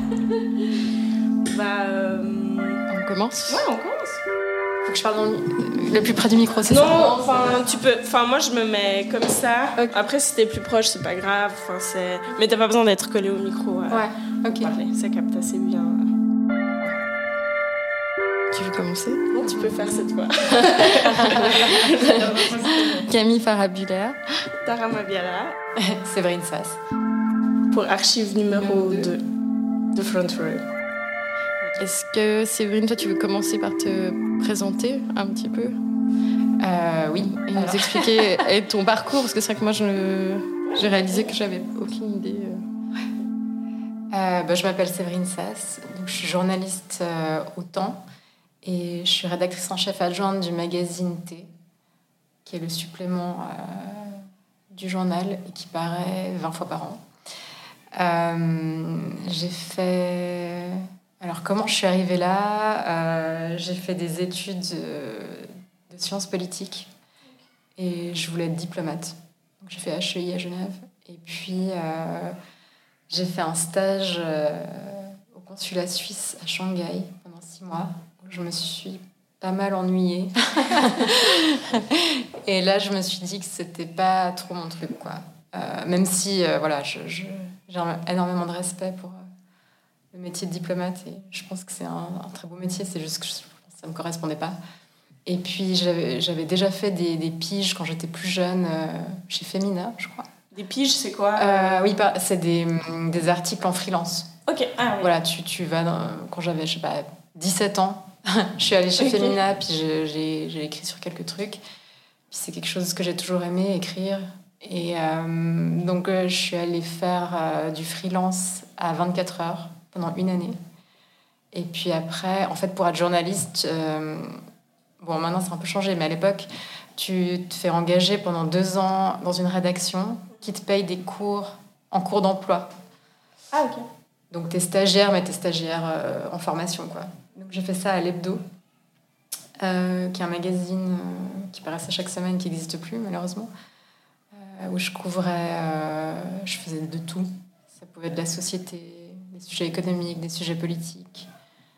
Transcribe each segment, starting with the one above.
On commence ? Ouais, on commence. Faut que je parle le plus près du micro, c'est ça ? Non, enfin, tu peux... Enfin, moi, je me mets comme ça. Okay. Après, si t'es plus proche, c'est pas grave. Enfin, c'est... Mais t'as pas besoin d'être collé au micro. Ouais, ok. Parler. Ça capte assez bien. Tu veux commencer ? Non, tu peux faire cette fois. Camille Farabula. Tara Mabiala. Séverine Sass. Pour archive numéro 2 de Front Row. Est-ce que, Séverine, toi, tu veux commencer par te présenter un petit peu ? Oui. Et nous expliquer ton parcours, parce que c'est vrai que moi, j'ai réalisé que j'avais aucune idée. Je m'appelle Séverine Sass, donc je suis journaliste au Temps et je suis rédactrice en chef adjointe du magazine T, qui est le supplément du journal et qui paraît 20 fois par an. J'ai fait... Alors, comment je suis arrivée là ? J'ai fait des études de sciences politiques et je voulais être diplomate. Donc, j'ai fait HEI à Genève. Et puis, j'ai fait un stage au consulat suisse à Shanghai pendant 6 mois, où je me suis pas mal ennuyée. Et là, je me suis dit que c'était pas trop mon truc, quoi. Même si, voilà, j'ai énormément de respect pour le métier de diplomate et je pense que c'est un très beau métier, c'est juste que ça me correspondait pas. Et puis, j'avais déjà fait des piges quand j'étais plus jeune, chez Femina, je crois. Des piges, c'est quoi ? Oui, c'est des articles en freelance. Ok, ah oui. Voilà, tu vas quand j'avais, je sais pas, 17 ans, je suis allée chez Femina, puis j'ai écrit sur quelques trucs. Puis c'est quelque chose que j'ai toujours aimé, écrire. Et donc, je suis allée faire du freelance à 24 heures pendant 1 année. Et puis après, en fait, pour être journaliste, bon, maintenant, ça a un peu changé, mais à l'époque, tu te fais engager pendant 2 ans dans une rédaction qui te paye des cours en cours d'emploi. Ah, ok. Donc, t'es stagiaire, mais t'es stagiaire en formation, quoi. Donc, j'ai fait ça à l'Hebdo, qui est un magazine qui paraissait chaque semaine, qui n'existe plus, malheureusement, où je couvrais... je faisais de tout. Ça pouvait être de la société, des sujets économiques, des sujets politiques.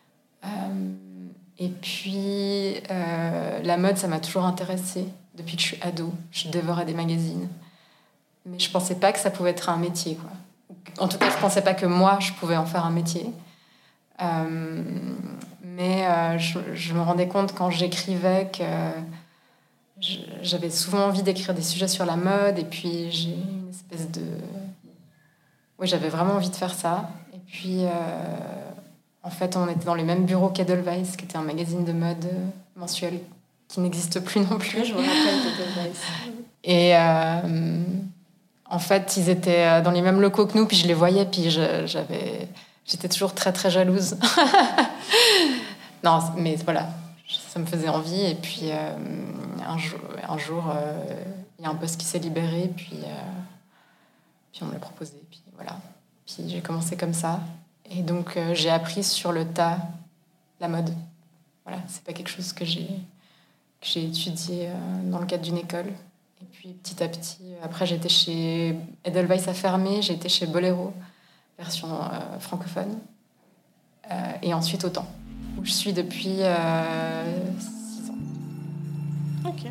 Et puis, la mode, ça m'a toujours intéressée. Depuis que je suis ado, je dévorais des magazines. Mais je ne pensais pas que ça pouvait être un métier, quoi. En tout cas, je ne pensais pas que moi, je pouvais en faire un métier. Mais je me rendais compte quand j'écrivais que j'avais souvent envie d'écrire des sujets sur la mode. Et puis, j'ai une espèce de... Oui, j'avais vraiment envie de faire ça. Et puis... En fait, on était dans les mêmes bureaux qu'Edelweiss, qui était un magazine de mode mensuel qui n'existe plus non plus. Je me rappelle d'Edelweiss. Et en fait, ils étaient dans les mêmes locaux que nous, puis je les voyais, puis j'étais toujours très, très jalouse. Non, mais voilà, ça me faisait envie. Et puis, un jour, il y a un poste qui s'est libéré, puis on me l'a proposé, puis voilà. Puis j'ai commencé comme ça. Et donc, j'ai appris sur le tas la mode. Voilà, c'est pas quelque chose que j'ai étudié dans le cadre d'une école. Et puis, petit à petit, après, j'étais chez Edelweiss a fermé, j'ai été chez Boléro, version francophone. Et ensuite, au Temps, où je suis depuis 6 ans. Ok.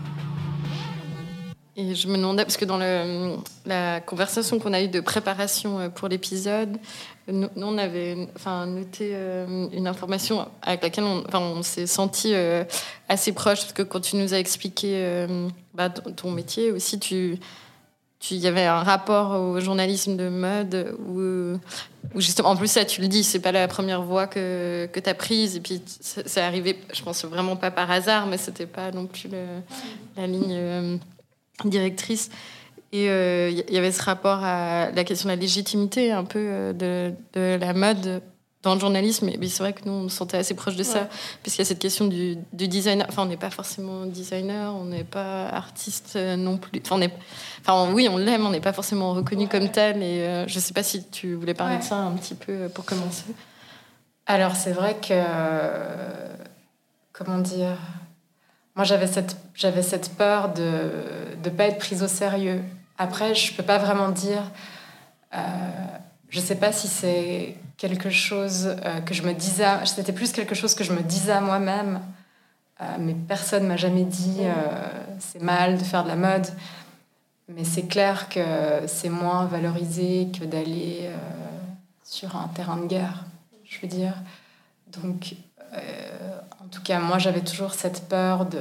Et je me demandais, parce que dans la conversation qu'on a eue de préparation pour l'épisode, nous on avait noté une information avec laquelle on s'est senti assez proche, parce que quand tu nous as expliqué ton métier aussi, il y avait un rapport au journalisme de mode où justement, en plus ça tu le dis, c'est pas la première voie que tu as prise, et puis c'est arrivé, je pense vraiment pas par hasard, mais c'était pas non plus la ligne... directrice, et il y avait ce rapport à la question de la légitimité un peu de la mode dans le journalisme, et c'est vrai que nous on se sentait assez proche de ça, puisqu'il y a cette question du designer. Enfin, on n'est pas forcément designer, on n'est pas artiste non plus, oui on l'aime, on n'est pas forcément reconnu comme tel, et je sais pas si tu voulais parler de ça un petit peu pour commencer. Alors c'est vrai que comment dire, moi, j'avais cette peur de ne pas être prise au sérieux. Après, je ne peux pas vraiment dire je sais pas si c'est quelque chose que je me disais, c'était plus quelque chose que je me disais à moi-même, mais personne m'a jamais dit c'est mal de faire de la mode. Mais c'est clair que c'est moins valorisé que d'aller sur un terrain de guerre, je veux dire. Donc, en tout cas, moi, j'avais toujours cette peur de...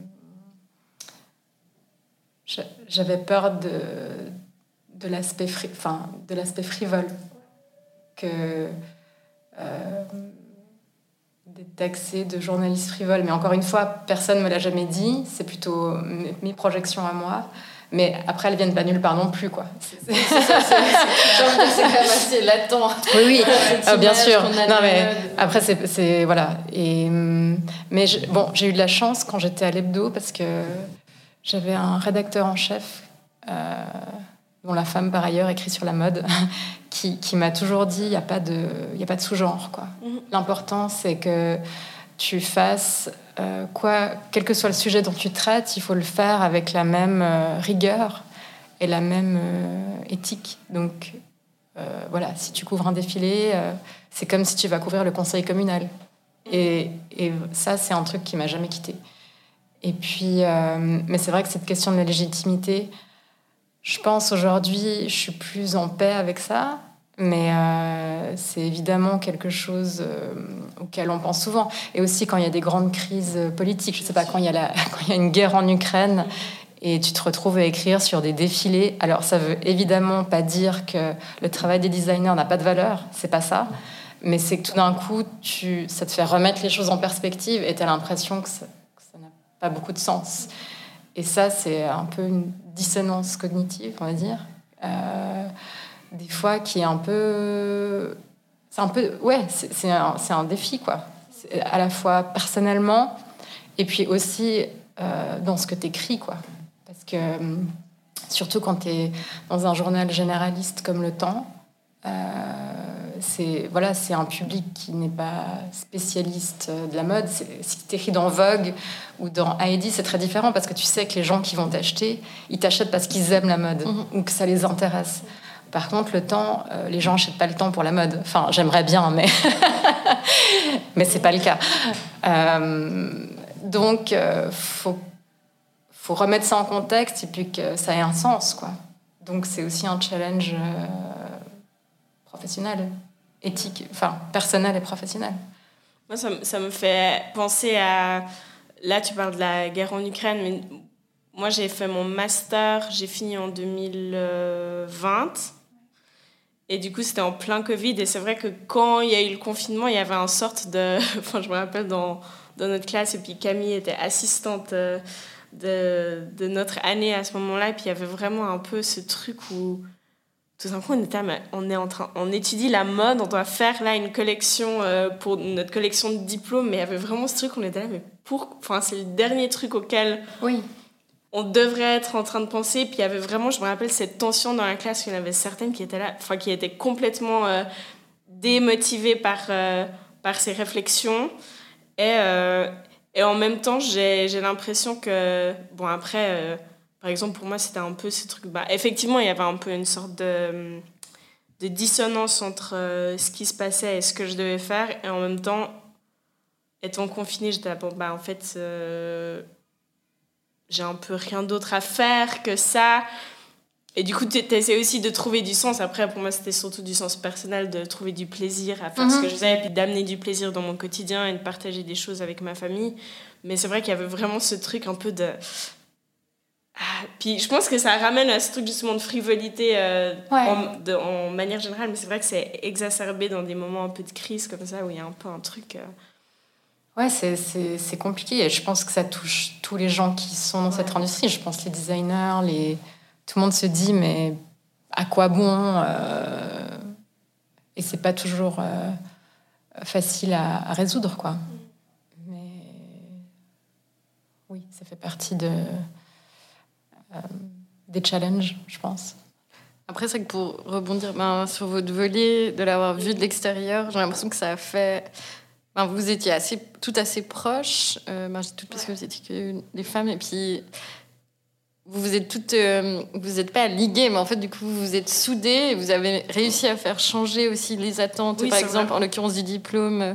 J'avais peur de l'aspect frivole. Que d'être taxée de journaliste frivole. Mais encore une fois, personne ne me l'a jamais dit. C'est plutôt mes projections à moi. Mais après, elles viennent pas nulle part non plus, quoi. C'est quand même assez latent. Oui, bien sûr. Non, mais après, c'est voilà. Mais j'ai eu de la chance quand j'étais à l'hebdo parce que j'avais un rédacteur en chef, dont la femme par ailleurs écrit sur la mode, qui m'a toujours dit il y a pas de sous-genre, quoi. L'important, c'est que tu fasses quel que soit le sujet dont tu traites, il faut le faire avec la même rigueur et la même éthique. Donc, voilà, si tu couvres un défilé, c'est comme si tu vas couvrir le conseil communal. Et ça, c'est un truc qui m'a jamais quitté. Et puis, mais c'est vrai que cette question de la légitimité, je pense aujourd'hui, je suis plus en paix avec ça. Mais c'est évidemment quelque chose auquel on pense souvent. Et aussi quand il y a des grandes crises politiques. Je ne sais pas, quand il y a une guerre en Ukraine et tu te retrouves à écrire sur des défilés. Alors ça ne veut évidemment pas dire que le travail des designers n'a pas de valeur. Ce n'est pas ça. Mais c'est que tout d'un coup, ça te fait remettre les choses en perspective et tu as l'impression que ça n'a pas beaucoup de sens. Et ça, c'est un peu une dissonance cognitive, on va dire. Des fois qui est un peu... c'est un défi, quoi. C'est à la fois personnellement et puis aussi dans ce que tu écris, quoi. Parce que surtout quand tu es dans un journal généraliste comme Le Temps, c'est un public qui n'est pas spécialiste de la mode. Si tu écris dans Vogue ou dans Heidi, c'est très différent parce que tu sais que les gens qui vont t'acheter, ils t'achètent parce qu'ils aiment la mode ou que ça les intéresse. Par contre, Le Temps, les gens n'achètent pas Le Temps pour la mode. Enfin, j'aimerais bien, mais mais c'est pas le cas. Donc, faut remettre ça en contexte et puis que ça ait un sens, quoi. Donc, c'est aussi un challenge professionnel, éthique, enfin personnel et professionnel. Moi, ça me fait penser à... Là, tu parles de la guerre en Ukraine, mais moi, j'ai fait mon master, j'ai fini en 2020. Et du coup, c'était en plein Covid. Et c'est vrai que quand il y a eu le confinement, il y avait une sorte de... Enfin, je me rappelle dans notre classe, et puis Camille était assistante de notre année à ce moment-là. Et puis, il y avait vraiment un peu ce truc où... Tout d'un coup, on étudie la mode, on doit faire là une collection pour notre collection de diplômes. Mais il y avait vraiment ce truc, on était là, mais enfin, c'est le dernier truc auquel... Oui. On devrait être en train de penser. Puis il y avait vraiment, je me rappelle, cette tension dans la classe. Il y en avait certaines qui étaient là, enfin, qui étaient complètement démotivées par ces réflexions. Et en même temps, j'ai l'impression que... Bon, après, par exemple, pour moi, c'était un peu ce truc... effectivement, il y avait un peu une sorte de dissonance entre ce qui se passait et ce que je devais faire. Et en même temps, étant confinée, j'étais là, en fait... j'ai un peu rien d'autre à faire que ça. Et du coup, tu essaies aussi de trouver du sens. Après, pour moi, c'était surtout du sens personnel, de trouver du plaisir à faire ce que je faisais, et puis d'amener du plaisir dans mon quotidien et de partager des choses avec ma famille. Mais c'est vrai qu'il y avait vraiment ce truc un peu de... Puis je pense que ça ramène à ce truc justement de frivolité en manière générale. Mais c'est vrai que c'est exacerbé dans des moments un peu de crise comme ça, où il y a un peu un truc... Ouais, c'est compliqué. Et je pense que ça touche tous les gens qui sont dans cette industrie. Je pense les designers, tout le monde se dit, mais à quoi bon Et c'est pas toujours facile à résoudre, quoi. Mais oui, ça fait partie des challenges, je pense. Après, c'est que pour rebondir sur votre volet, de l'avoir vu de l'extérieur, j'ai l'impression que ça a fait... vous étiez toutes assez proches, parce que vous étiez que des femmes, et puis vous êtes toutes, vous n'êtes pas liguées, mais en fait, du coup, vous vous êtes soudées et vous avez réussi à faire changer aussi les attentes, par exemple, vrai. En l'occurrence du diplôme,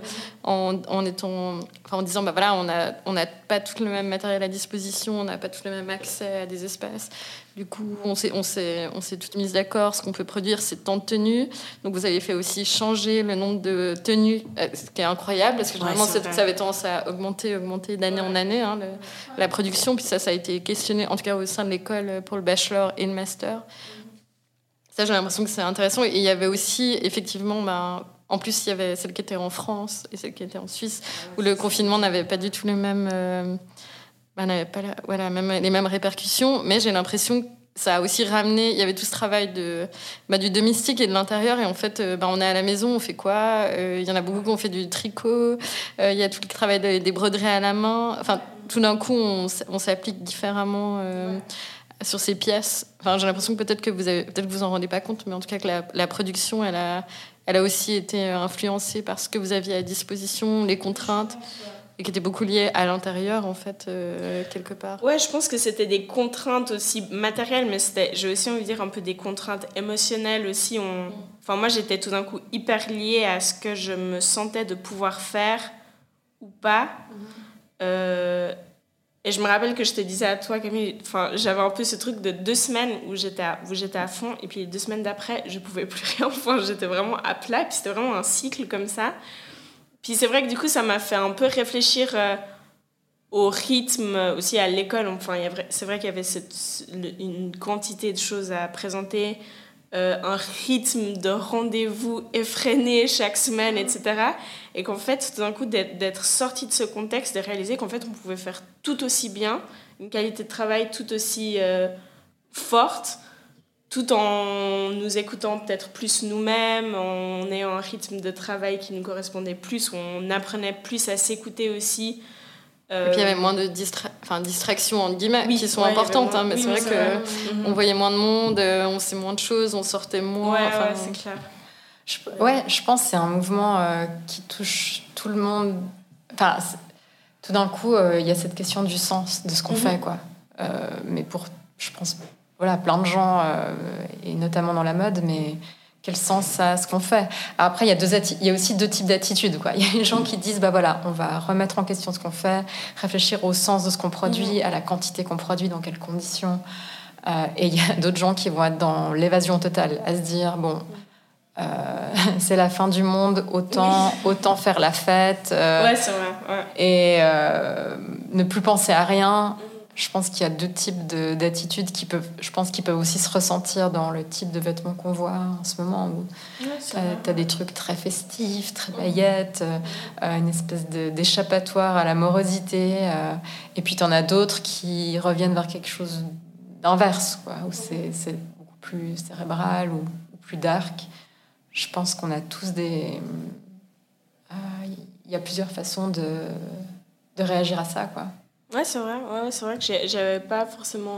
en disant, bah voilà, on n'a pas tout le même matériel à disposition, on n'a pas tout le même accès à des espaces. Du coup, on s'est toutes mises d'accord. Ce qu'on peut produire, c'est tant de tenues. Donc, vous avez fait aussi changer le nombre de tenues, ce qui est incroyable, parce que généralement, ça avait tendance à augmenter d'année en année, hein, la production. Puis ça a été questionné, en tout cas au sein de l'école, pour le bachelor et le master. Ça, j'ai l'impression que c'est intéressant. Et il y avait aussi, effectivement, en plus, il y avait celle qui était en France et celle qui était en Suisse, où le confinement n'avait pas du tout le même... n'avait pas les mêmes répercussions, mais j'ai l'impression que ça a aussi ramené, il y avait tout ce travail du domestique et de l'intérieur, et en fait, on est à la maison, on fait quoi ? Il y en a beaucoup qui ont fait du tricot, il y a tout le travail des broderies à la main, enfin, tout d'un coup, on s'applique différemment sur ces pièces. Enfin, j'ai l'impression que peut-être que vous en rendez pas compte, mais en tout cas que la production, elle a aussi été influencée par ce que vous aviez à disposition, les contraintes, et qui était beaucoup lié à l'intérieur, en fait, quelque part. Ouais, je pense que c'était des contraintes aussi matérielles, mais j'ai aussi envie de dire un peu des contraintes émotionnelles aussi. Enfin, moi, j'étais tout d'un coup hyper liée à ce que je me sentais de pouvoir faire ou pas. Et je me rappelle que je te disais à toi, Camille, j'avais un peu ce truc de 2 semaines où j'étais à fond, et puis les 2 semaines d'après, je pouvais plus rien. Enfin, j'étais vraiment à plat, et puis c'était vraiment un cycle comme ça. Puis c'est vrai que du coup, ça m'a fait un peu réfléchir au rythme aussi à l'école. Enfin, c'est vrai qu'il y avait une quantité de choses à présenter, un rythme de rendez-vous effréné chaque semaine, etc. Et qu'en fait, tout d'un coup, d'être sorti de ce contexte, de réaliser qu'en fait, on pouvait faire tout aussi bien, une qualité de travail tout aussi forte, tout en nous écoutant peut-être plus nous-mêmes, en ayant un rythme de travail qui nous correspondait plus, où on apprenait plus à s'écouter aussi. Et puis il y avait moins de distractions, entre guillemets, qui sont importantes, mais c'est vrai qu'on voyait moins de monde, on sait moins de choses, on sortait moins. Ouais, c'est clair. Je pense que c'est un mouvement qui touche tout le monde. Enfin, tout d'un coup, il y a cette question du sens de ce qu'on fait, quoi. Mais je pense, plein de gens, et notamment dans la mode, mais quel sens ça a ce qu'on fait. Alors après, il y a aussi 2 types d'attitudes, quoi. Il y a les gens qui disent, on va remettre en question ce qu'on fait, réfléchir au sens de ce qu'on produit, à la quantité qu'on produit, dans quelles conditions. Et il y a d'autres gens qui vont être dans l'évasion totale, à se dire, c'est la fin du monde, autant faire la fête. Ouais, c'est vrai. Ouais. Et ne plus penser à rien. Je pense qu'il y a 2 types d'attitudes qui peuvent aussi se ressentir dans le type de vêtements qu'on voit en ce moment, où t'as des trucs très festifs, très paillettes, une espèce d'échappatoire à la morosité, et puis t'en as d'autres qui reviennent vers quelque chose d'inverse, quoi, où c'est beaucoup plus cérébral ou plus dark. Je pense qu'on a tous il y a plusieurs façons de réagir à ça, quoi. Ouais, c'est vrai. Ouais, c'est vrai que j'avais pas forcément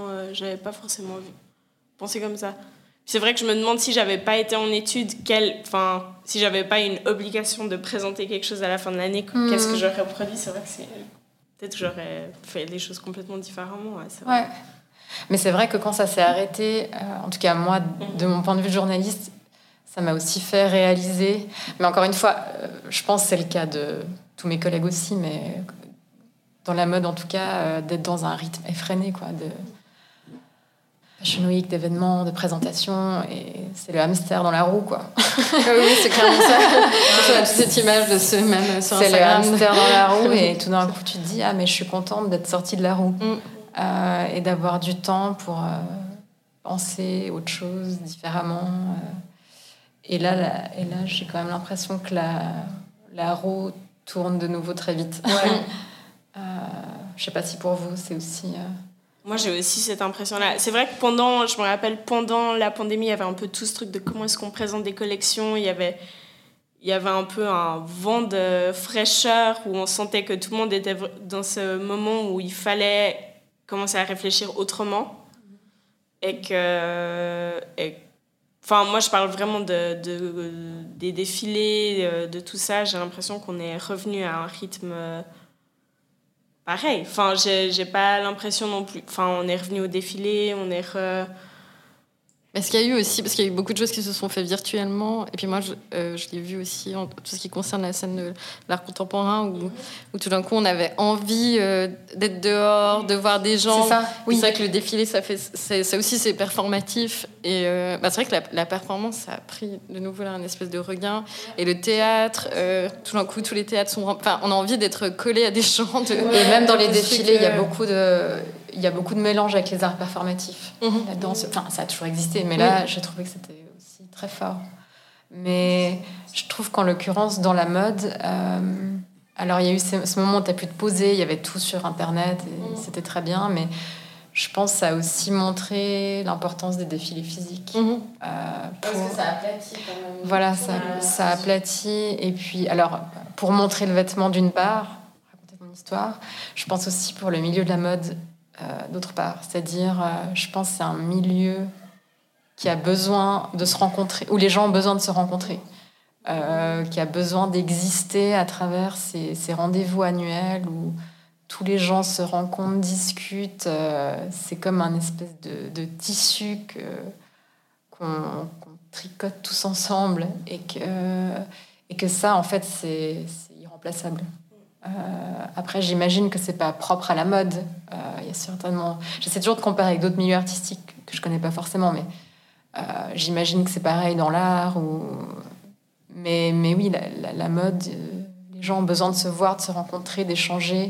pensé comme ça. C'est vrai que je me demande si j'avais pas été en études, si j'avais pas une obligation de présenter quelque chose à la fin de l'année, qu'est-ce que j'aurais produit. C'est vrai que peut-être que j'aurais fait des choses complètement différemment. Ouais, c'est vrai. Ouais. Mais c'est vrai que quand ça s'est arrêté, en tout cas moi, de mon point de vue de journaliste, ça m'a aussi fait réaliser. Mais encore une fois, je pense que c'est le cas de tous mes collègues aussi, mais dans la mode en tout cas, d'être dans un rythme effréné, quoi, de Fashion Week, d'événements, de présentations, et c'est le hamster dans la roue, quoi. Oui, c'est clairement ça. Toute cette image de ce même sur c'est Instagram. C'est le hamster dans la roue, et tout d'un coup tu te dis, mais je suis contente d'être sortie de la roue, et d'avoir du temps pour penser autre chose différemment. Et là, j'ai quand même l'impression que la roue tourne de nouveau très vite. Ouais. Je sais pas si pour vous, c'est aussi... Moi, j'ai aussi cette impression-là. C'est vrai que je me rappelle, pendant la pandémie, il y avait un peu tout ce truc de comment est-ce qu'on présente des collections. Il y avait un peu un vent de fraîcheur où on sentait que tout le monde était dans ce moment où il fallait commencer à réfléchir autrement. Moi, je parle vraiment des défilés, de tout ça. J'ai l'impression qu'on est revenu à un rythme pareil. Enfin, j'ai pas l'impression non plus. Enfin, on est revenu au défilé, on est... Est-ce qu'il y a eu aussi, parce qu'il y a eu beaucoup de choses qui se sont faites virtuellement, et puis moi je l'ai vu aussi en tout ce qui concerne la scène de l'art contemporain, où tout d'un coup on avait envie d'être dehors, de voir des gens. C'est ça, oui. C'est vrai que le défilé, ça aussi c'est performatif, et c'est vrai que la performance, ça a pris de nouveau là, une espèce de regain, et le théâtre, tout d'un coup tous les théâtres sont... Enfin, on a envie d'être collé à des gens. Et même dans les défilés, il y a beaucoup de mélange avec les arts performatifs. La danse, ça a toujours existé, mais là, j'ai trouvé que c'était aussi très fort. Mais je trouve qu'en l'occurrence, dans la mode, alors il y a eu ce moment où tu as pu te poser, il y avait tout sur Internet, et c'était très bien, mais je pense que ça a aussi montré l'importance des défilés physiques. Parce que ça aplatit quand même. Voilà, ça aplatit. Et puis, alors, pour montrer le vêtement d'une part, raconter mon histoire, je pense aussi pour le milieu de la mode d'autre part. C'est-à-dire, je pense que c'est un milieu qui a besoin de se rencontrer, où les gens ont besoin de se rencontrer, qui a besoin d'exister à travers ces rendez-vous annuels où tous les gens se rencontrent, discutent. C'est comme un espèce de tissu qu'on tricote tous ensemble et que ça, en fait, c'est irremplaçable. Après, j'imagine que c'est pas propre à la mode. Il y a certainement... J'essaie toujours de comparer avec d'autres milieux artistiques que je connais pas forcément, mais j'imagine que c'est pareil dans l'art. Mais oui, la mode, les gens ont besoin de se voir, de se rencontrer, d'échanger.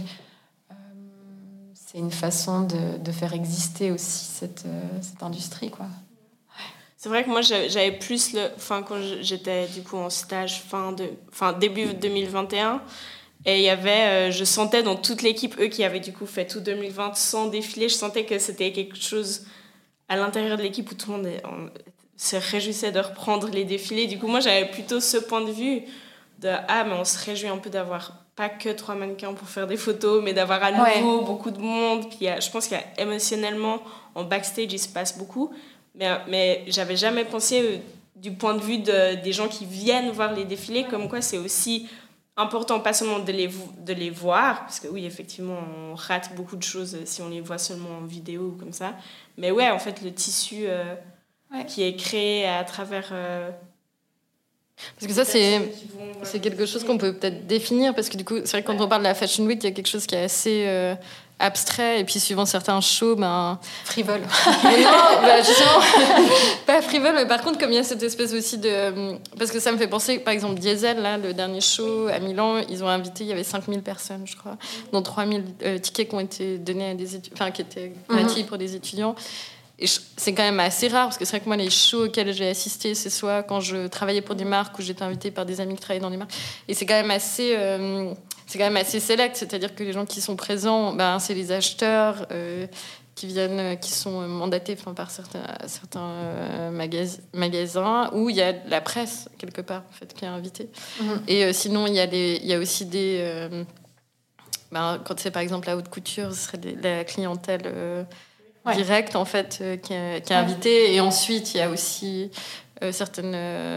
C'est une façon de faire exister aussi cette industrie, quoi. C'est vrai que moi, j'avais plus quand j'étais du coup en stage début 2021, et il y avait, je sentais dans toute l'équipe, eux qui avaient du coup fait tout 2020 sans défilé, je sentais que c'était quelque chose à l'intérieur de l'équipe où tout le monde se réjouissait de reprendre les défilés. Du coup, moi, j'avais plutôt ce point de vue mais on se réjouit un peu d'avoir pas que 3 mannequins pour faire des photos, mais d'avoir à nouveau beaucoup de monde. Puis je pense qu'il y a émotionnellement, en backstage, il se passe beaucoup. Mais j'avais jamais pensé du point de vue des gens qui viennent voir les défilés, comme quoi c'est aussi important, pas seulement de les voir, parce que oui, effectivement, on rate beaucoup de choses si on les voit seulement en vidéo ou comme ça. Mais ouais, en fait, le tissu qui est créé à travers... Parce que ça, c'est quelque chose qu'on peut peut-être définir, parce que du coup, c'est vrai que quand on parle de la Fashion Week, il y a quelque chose qui est assez abstrait, et puis suivant certains shows, frivole. Non, justement, pas frivole, mais par contre, comme il y a cette espèce aussi de... Parce que ça me fait penser, par exemple, Diesel, là, le dernier show à Milan, ils ont invité, il y avait 5000 personnes, je crois, dont 3000 tickets qui ont été donnés à des étudiants, enfin, qui étaient gratuits pour des étudiants. Et c'est quand même assez rare, parce que c'est vrai que moi, les shows auxquels j'ai assisté, c'est soit quand je travaillais pour des marques ou j'étais invitée par des amis qui travaillaient dans des marques. Et c'est quand même assez select, c'est-à-dire que les gens qui sont présents, c'est les acheteurs qui sont mandatés par certains magasins, où il y a la presse, quelque part, en fait, qui est invitée. Et sinon, il y a aussi des... quand c'est par exemple la haute couture, ce serait la clientèle... direct en fait qui est invité, et ensuite il y a aussi certaines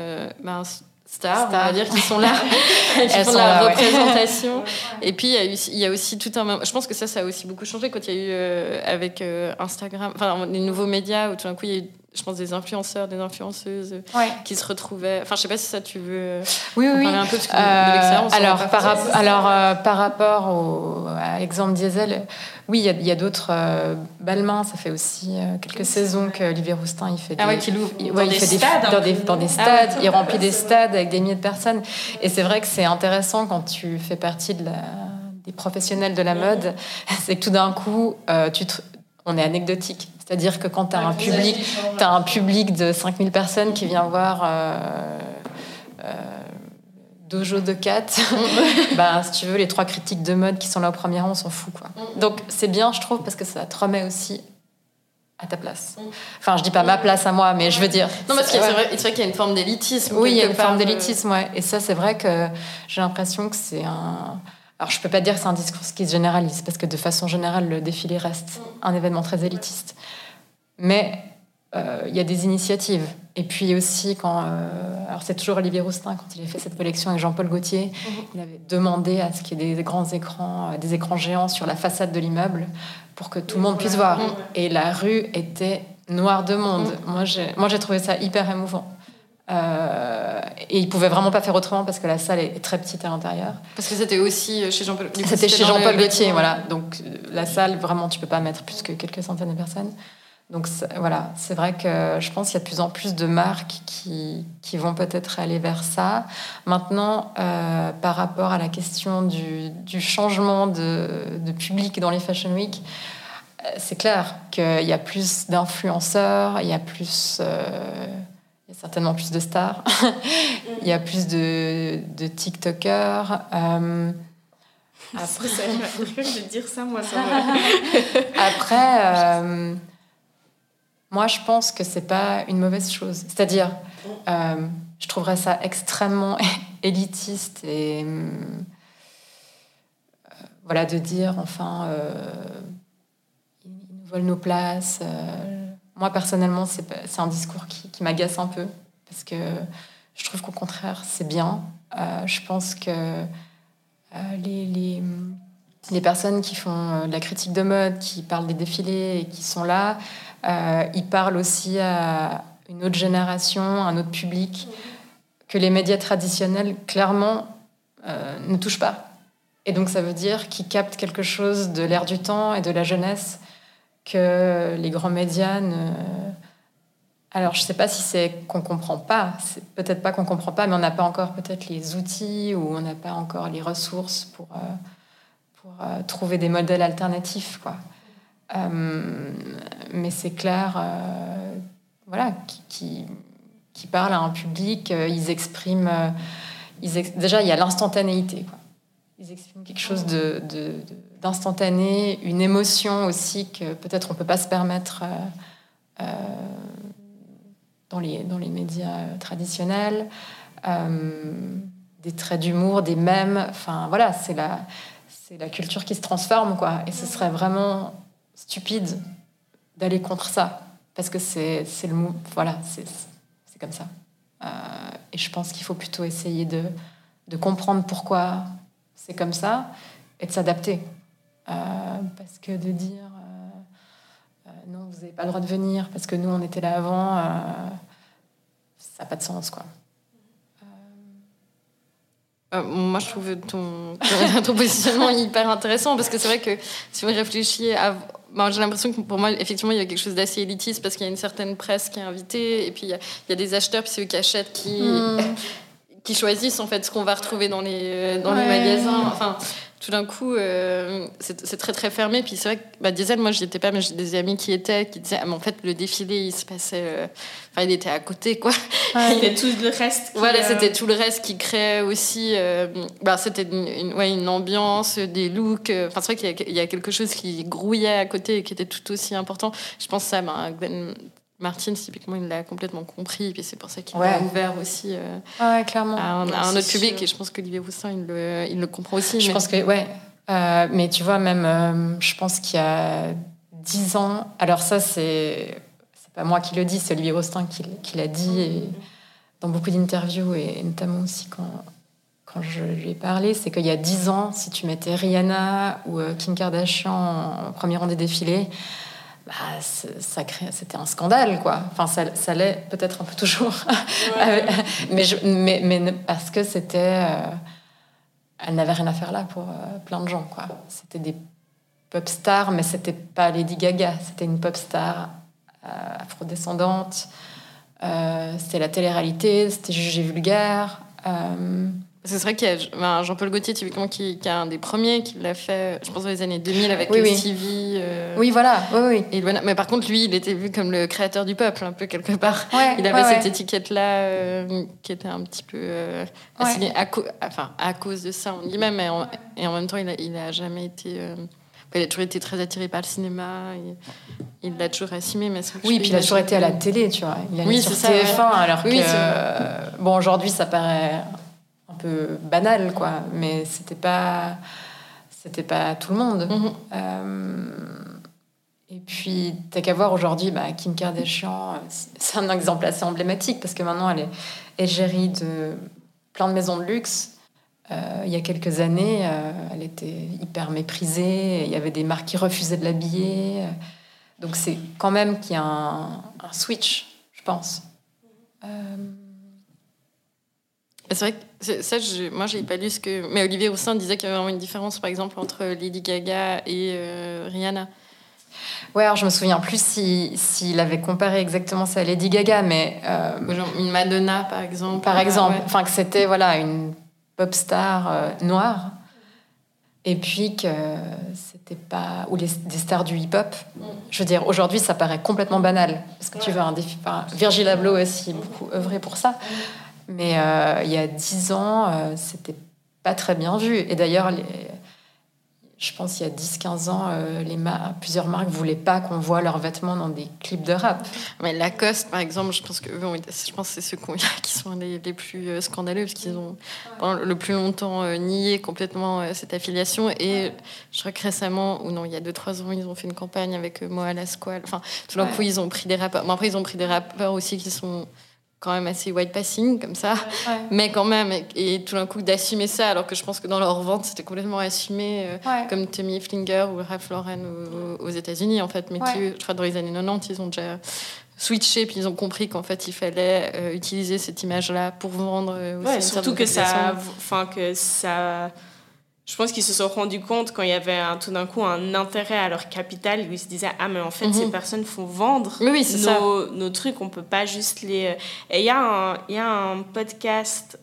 stars, on va dire, qui sont là qui font la représentation. Et puis il y a aussi tout un... Je pense que ça a aussi beaucoup changé quand il y a eu avec Instagram, les nouveaux médias, où tout d'un coup il y a eu, je pense, des influenceurs, des influenceuses qui se retrouvaient... Enfin, je sais pas si ça tu veux parler un peu, parce que de l'expérience. Par rapport à l'exemple Diesel, oui, il y a d'autres. Balmain, ça fait aussi quelques saisons que Olivier Roustin, il fait dans des stades, il remplit des stades avec des milliers de personnes. Et c'est vrai que c'est intéressant quand tu fais partie des professionnels de la mode, c'est que tout d'un coup, on est anecdotique. C'est-à-dire que quand tu as un public de 5000 personnes qui vient voir Dojo de Cat, si tu veux, les 3 critiques de mode qui sont là au premier rang, on s'en fout, quoi. Donc c'est bien, je trouve, parce que ça te remet aussi à ta place. Enfin, je dis pas ma place à moi, mais je veux dire... Non, parce c'est vrai qu'il y a une forme d'élitisme. Oui, il y a une forme d'élitisme, ouais. Et ça, c'est vrai que j'ai l'impression que c'est un... Alors, je peux pas dire que c'est un discours qui se généralise, parce que de façon générale, le défilé reste un événement très élitiste. Mais il y a des initiatives. Et puis aussi, alors c'est toujours Olivier Rousteing, quand il a fait cette collection avec Jean-Paul Gaultier, il avait demandé à ce qu'il y ait des grands écrans, des écrans géants sur la façade de l'immeuble pour que tout le monde puisse voir. Et la rue était noire de monde. Moi, j'ai trouvé ça hyper émouvant. Et il pouvait vraiment pas faire autrement parce que la salle est très petite à l'intérieur. Parce que c'était aussi chez Jean-Paul. C'était chez Jean-Paul Gaultier, voilà. Donc la salle, vraiment, tu peux pas mettre plus que quelques centaines de personnes. Donc voilà, c'est vrai que je pense qu'il y a de plus en plus de marques qui vont peut-être aller vers ça. Maintenant, par rapport à la question du changement de public dans les Fashion Week, c'est clair qu'il y a plus d'influenceurs, il y a certainement plus de stars, il y a plus de TikTokers. Après, je vais dire ça, moi. Après, moi, je pense que c'est pas une mauvaise chose. C'est-à-dire, je trouverais ça extrêmement élitiste et voilà, de dire, enfin, ils nous volent nos places. Moi, personnellement, c'est un discours qui m'agace un peu parce que je trouve qu'au contraire, c'est bien. Je pense que les personnes qui font de la critique de mode, qui parlent des défilés et qui sont là, ils parlent aussi à une autre génération, un autre public que les médias traditionnels, clairement, ne touchent pas. Et donc, ça veut dire qu'ils captent quelque chose de l'air du temps et de la jeunesse que les grands médias ne... Alors, je ne sais pas si c'est qu'on ne comprend pas. C'est peut-être pas qu'on ne comprend pas, mais on n'a pas encore peut-être les outils ou on n'a pas encore les ressources pour trouver des modèles alternatifs, quoi. Mais c'est clair, voilà, qui parlent à un public, ils expriment... Déjà, il y a l'instantanéité, quoi. Ils expriment quelque chose d'instantané, une émotion aussi que peut-être on ne peut pas se permettre dans les médias traditionnels, des traits d'humour, des mèmes, enfin voilà, c'est la culture qui se transforme, quoi. Et ce serait vraiment stupide d'aller contre ça, parce que c'est le mot, voilà, c'est comme ça. Et je pense qu'il faut plutôt essayer de comprendre pourquoi c'est comme ça et de s'adapter. Parce que de dire non, vous n'avez pas le droit de venir parce que nous, on était là avant, ça n'a pas de sens, quoi. Moi, je trouve ton positionnement hyper intéressant parce que c'est vrai que si on réfléchit à... j'ai l'impression que pour moi, effectivement, il y a quelque chose d'assez élitiste parce qu'il y a une certaine presse qui est invitée et puis il y a des acheteurs, puis c'est eux qui achètent, qui choisissent en fait ce qu'on va retrouver dans les magasins. Enfin, tout d'un coup, c'est très très fermé. Puis c'est vrai que Diesel, moi j'y étais pas, mais j'ai des amis qui disaient mais en fait le défilé il se passait, il était à côté, quoi. C'était tout le reste. C'était tout le reste qui créait aussi. C'était une ambiance, des looks. Enfin, c'est vrai qu'il y a quelque chose qui grouillait à côté et qui était tout aussi important. Je pense ça, Glenn Martin, typiquement, il l'a complètement compris, et puis c'est pour ça qu'il a ouvert aussi clairement. à un autre public, et je pense qu'Olivier Rousteing, il le comprend aussi. Je pense que, mais tu vois, même, je pense qu'il y a 10 ans, alors ça, c'est pas moi qui le dis, c'est Olivier Rousteing qui l'a dit, et dans beaucoup d'interviews, et notamment aussi quand je lui ai parlé, c'est qu'il y a 10 ans, si tu mettais Rihanna ou Kim Kardashian en premier rang des défilés, c'était un scandale, quoi. Enfin, ça l'est peut-être un peu toujours. mais parce que c'était... elle n'avait rien à faire là pour plein de gens, quoi. C'était des pop stars, mais c'était pas Lady Gaga. C'était une pop star afrodescendante. C'était la télé-réalité, c'était jugé vulgaire. Parce que c'est vrai qu'il y a Jean-Paul Gaultier, typiquement, qui est un des premiers qui l'a fait, je pense, dans les années 2000 avec Stevie. Oui, voilà. Oui. Et mais par contre, lui, il était vu comme le créateur du peuple, un peu, quelque part. Il avait cette étiquette-là qui était un petit peu assignée à cause de ça, on dit même. Et en même temps, il a jamais été... il a toujours été très attiré par le cinéma. Il l'a toujours assumé. Mais puis il a toujours été à la télé, tu vois. Il a sur TF1, alors que... aujourd'hui, ça paraît... un peu banal, quoi, mais c'était pas tout le monde. Et puis, t'as qu'à voir aujourd'hui, Kim Kardashian, c'est un exemple assez emblématique parce que maintenant, elle est égérie de plein de maisons de luxe. Il y a quelques années, elle était hyper méprisée. Il y avait des marques qui refusaient de l'habiller. Donc, c'est quand même qu'il y a un switch, je pense. C'est vrai que ça, moi, j'ai pas lu ce que... Mais Olivier Roussin disait qu'il y avait vraiment une différence, par exemple, entre Lady Gaga et Rihanna. Ouais, alors je me souviens plus s'il avait comparé exactement ça à Lady Gaga, mais... Genre une Madonna, par exemple. Par exemple, enfin que c'était une pop star noire, et puis que c'était pas... Ou des stars du hip-hop. Je veux dire, aujourd'hui, ça paraît complètement banal, parce que tu veux un défi... Enfin, Virgil Abloh aussi, beaucoup œuvré pour ça. Mais il y a 10 ans, c'était pas très bien vu. Et d'ailleurs, je pense qu'il y a 10-15 ans, plusieurs marques voulaient pas qu'on voit leurs vêtements dans des clips de rap. Mais Lacoste, par exemple, je pense que c'est ceux qui sont les plus scandaleux, parce qu'ils ont pendant le plus longtemps nié complètement cette affiliation. Et je crois que récemment, ou non, il y a 2-3 ans, ils ont fait une campagne avec Moa Lasquale. Enfin, tout d'un coup, ils ont pris des rappeurs. Bon, après, ils ont pris des rappeurs aussi qui sont quand même assez white passing comme ça, mais quand même, et tout d'un coup d'assumer ça, alors que je pense que dans leur vente c'était complètement assumé, comme Tommy Hilfiger ou Ralph Lauren aux États-Unis en fait, mais je crois dans les années 90 ils ont déjà switché, puis ils ont compris qu'en fait il fallait utiliser cette image-là pour vendre aussi surtout que ça, je pense qu'ils se sont rendus compte quand il y avait tout d'un coup un intérêt à leur capital où ils se disaient mais en fait ces personnes font vendre nos trucs, on peut pas juste les... Et il y a un podcast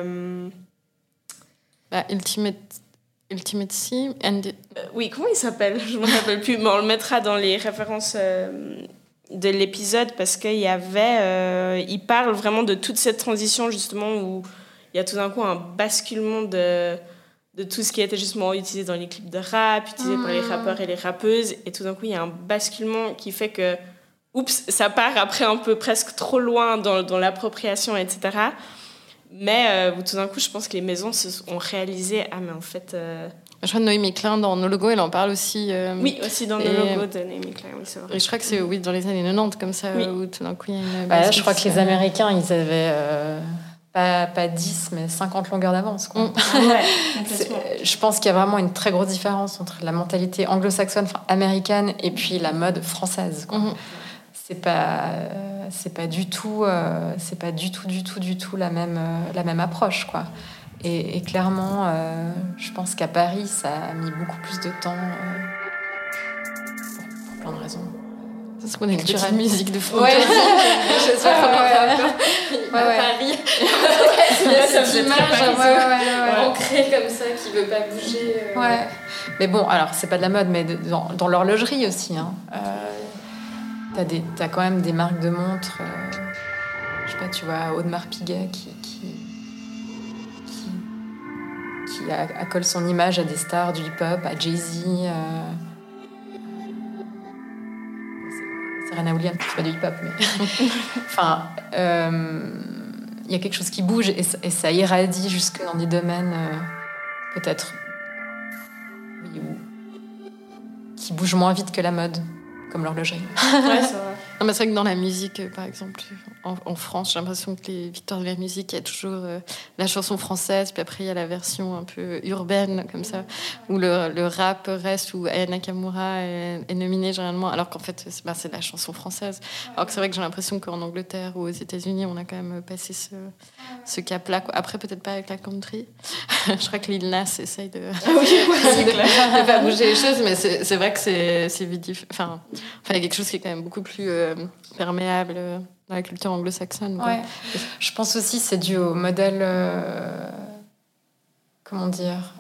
Ultimate Sim oui, comment il s'appelle, je me rappelle plus, mais on le mettra dans les références de l'épisode, parce qu'il y avait il parle vraiment de toute cette transition justement où il y a tout d'un coup un basculement de tout ce qui était justement utilisé dans les clips de rap, utilisé par les rappeurs et les rappeuses, et tout d'un coup il y a un basculement qui fait que ça part après un peu presque trop loin dans l'appropriation, etc. Mais tout d'un coup je pense que les maisons ont réalisé mais en fait je crois que Noémie Klein dans nos logos elle en parle aussi oui, aussi dans nos logos de Noémie Klein, oui, c'est vrai. Et je crois que c'est dans les années 90 comme ça, où tout d'un coup il y a une je crois que les Américains ils avaient pas 10, mais 50 longueurs d'avance. Quoi. Je pense qu'il y a vraiment une très grosse différence entre la mentalité anglo-saxonne, américaine, et puis la mode française. Quoi. C'est pas du tout la même approche, quoi. Et clairement, je pense qu'à Paris, ça a mis beaucoup plus de temps pour plein de raisons. C'est ce qu'on a une petite musique de fond. Ouais. Je sais pas Paris. Cette image ancrée comme ça qui veut pas bouger. Ouais. Mais bon, alors c'est pas de la mode, mais dans l'horlogerie aussi. Hein. T'as quand même des marques de montres. Je sais pas, tu vois, Audemars Piguet qui accole son image à des stars du hip-hop, à Jay-Z. Serena Williams, c'est pas du hip-hop, mais... enfin, il y a quelque chose qui bouge et ça irradie jusque dans des domaines peut-être qui bougent moins vite que la mode, comme l'horlogerie. Ouais, c'est vrai. Non, mais c'est vrai que dans la musique, par exemple, en France, j'ai l'impression que les victoires de la musique, il y a toujours la chanson française, puis après il y a la version un peu urbaine, comme ça, où le rap reste, où Aya Nakamura est nominée généralement, alors qu'en fait, c'est de la chanson française. Alors que c'est vrai que j'ai l'impression qu'en Angleterre ou aux États-Unis, on a quand même passé ce cap-là. Après, peut-être pas avec la country. Je crois que Lil Nas essaye de pas bouger les choses, mais c'est vrai que c'est enfin, il y a quelque chose qui est quand même beaucoup plus perméable dans la culture anglo-saxonne. Quoi. Ouais. Je pense aussi que c'est dû au modèle... comment dire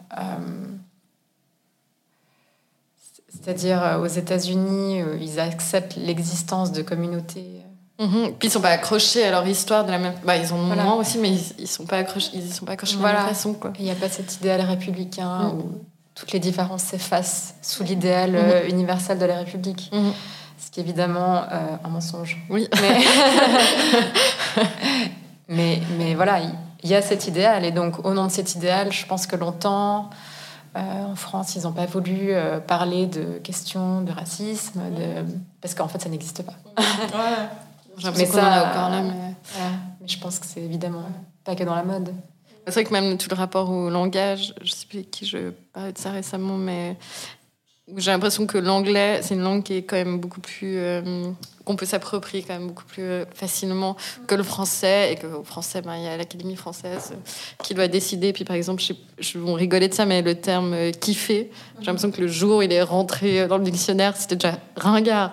c'est-à-dire aux États-Unis, ils acceptent l'existence de communautés... Puis ils sont pas accrochés à leur histoire de la même... ils en ont moins aussi, mais ils sont pas accrochés de la même façon. Il n'y a pas cet idéal républicain où toutes les différences s'effacent sous l'idéal universel de la République. Ce qui est évidemment un mensonge. Oui. Mais voilà, il y a cet idéal. Et donc, au nom de cet idéal, je pense que longtemps, En France, ils n'ont pas voulu parler de questions de racisme, parce qu'en fait, ça n'existe pas. J'ai l'impression qu'on en a encore là, mais je pense que c'est évidemment pas que dans la mode. C'est vrai que même tout le rapport au langage, je sais plus avec qui je parlais de ça récemment, mais j'ai l'impression que l'anglais, c'est une langue qui est quand même beaucoup plus... qu'on peut s'approprier quand même beaucoup plus facilement que le français. Et qu'au français, il y a l'Académie française qui doit décider. Puis par exemple, on rigolait de ça, mais le terme kiffer, j'ai l'impression que le jour où il est rentré dans le dictionnaire, c'était déjà ringard.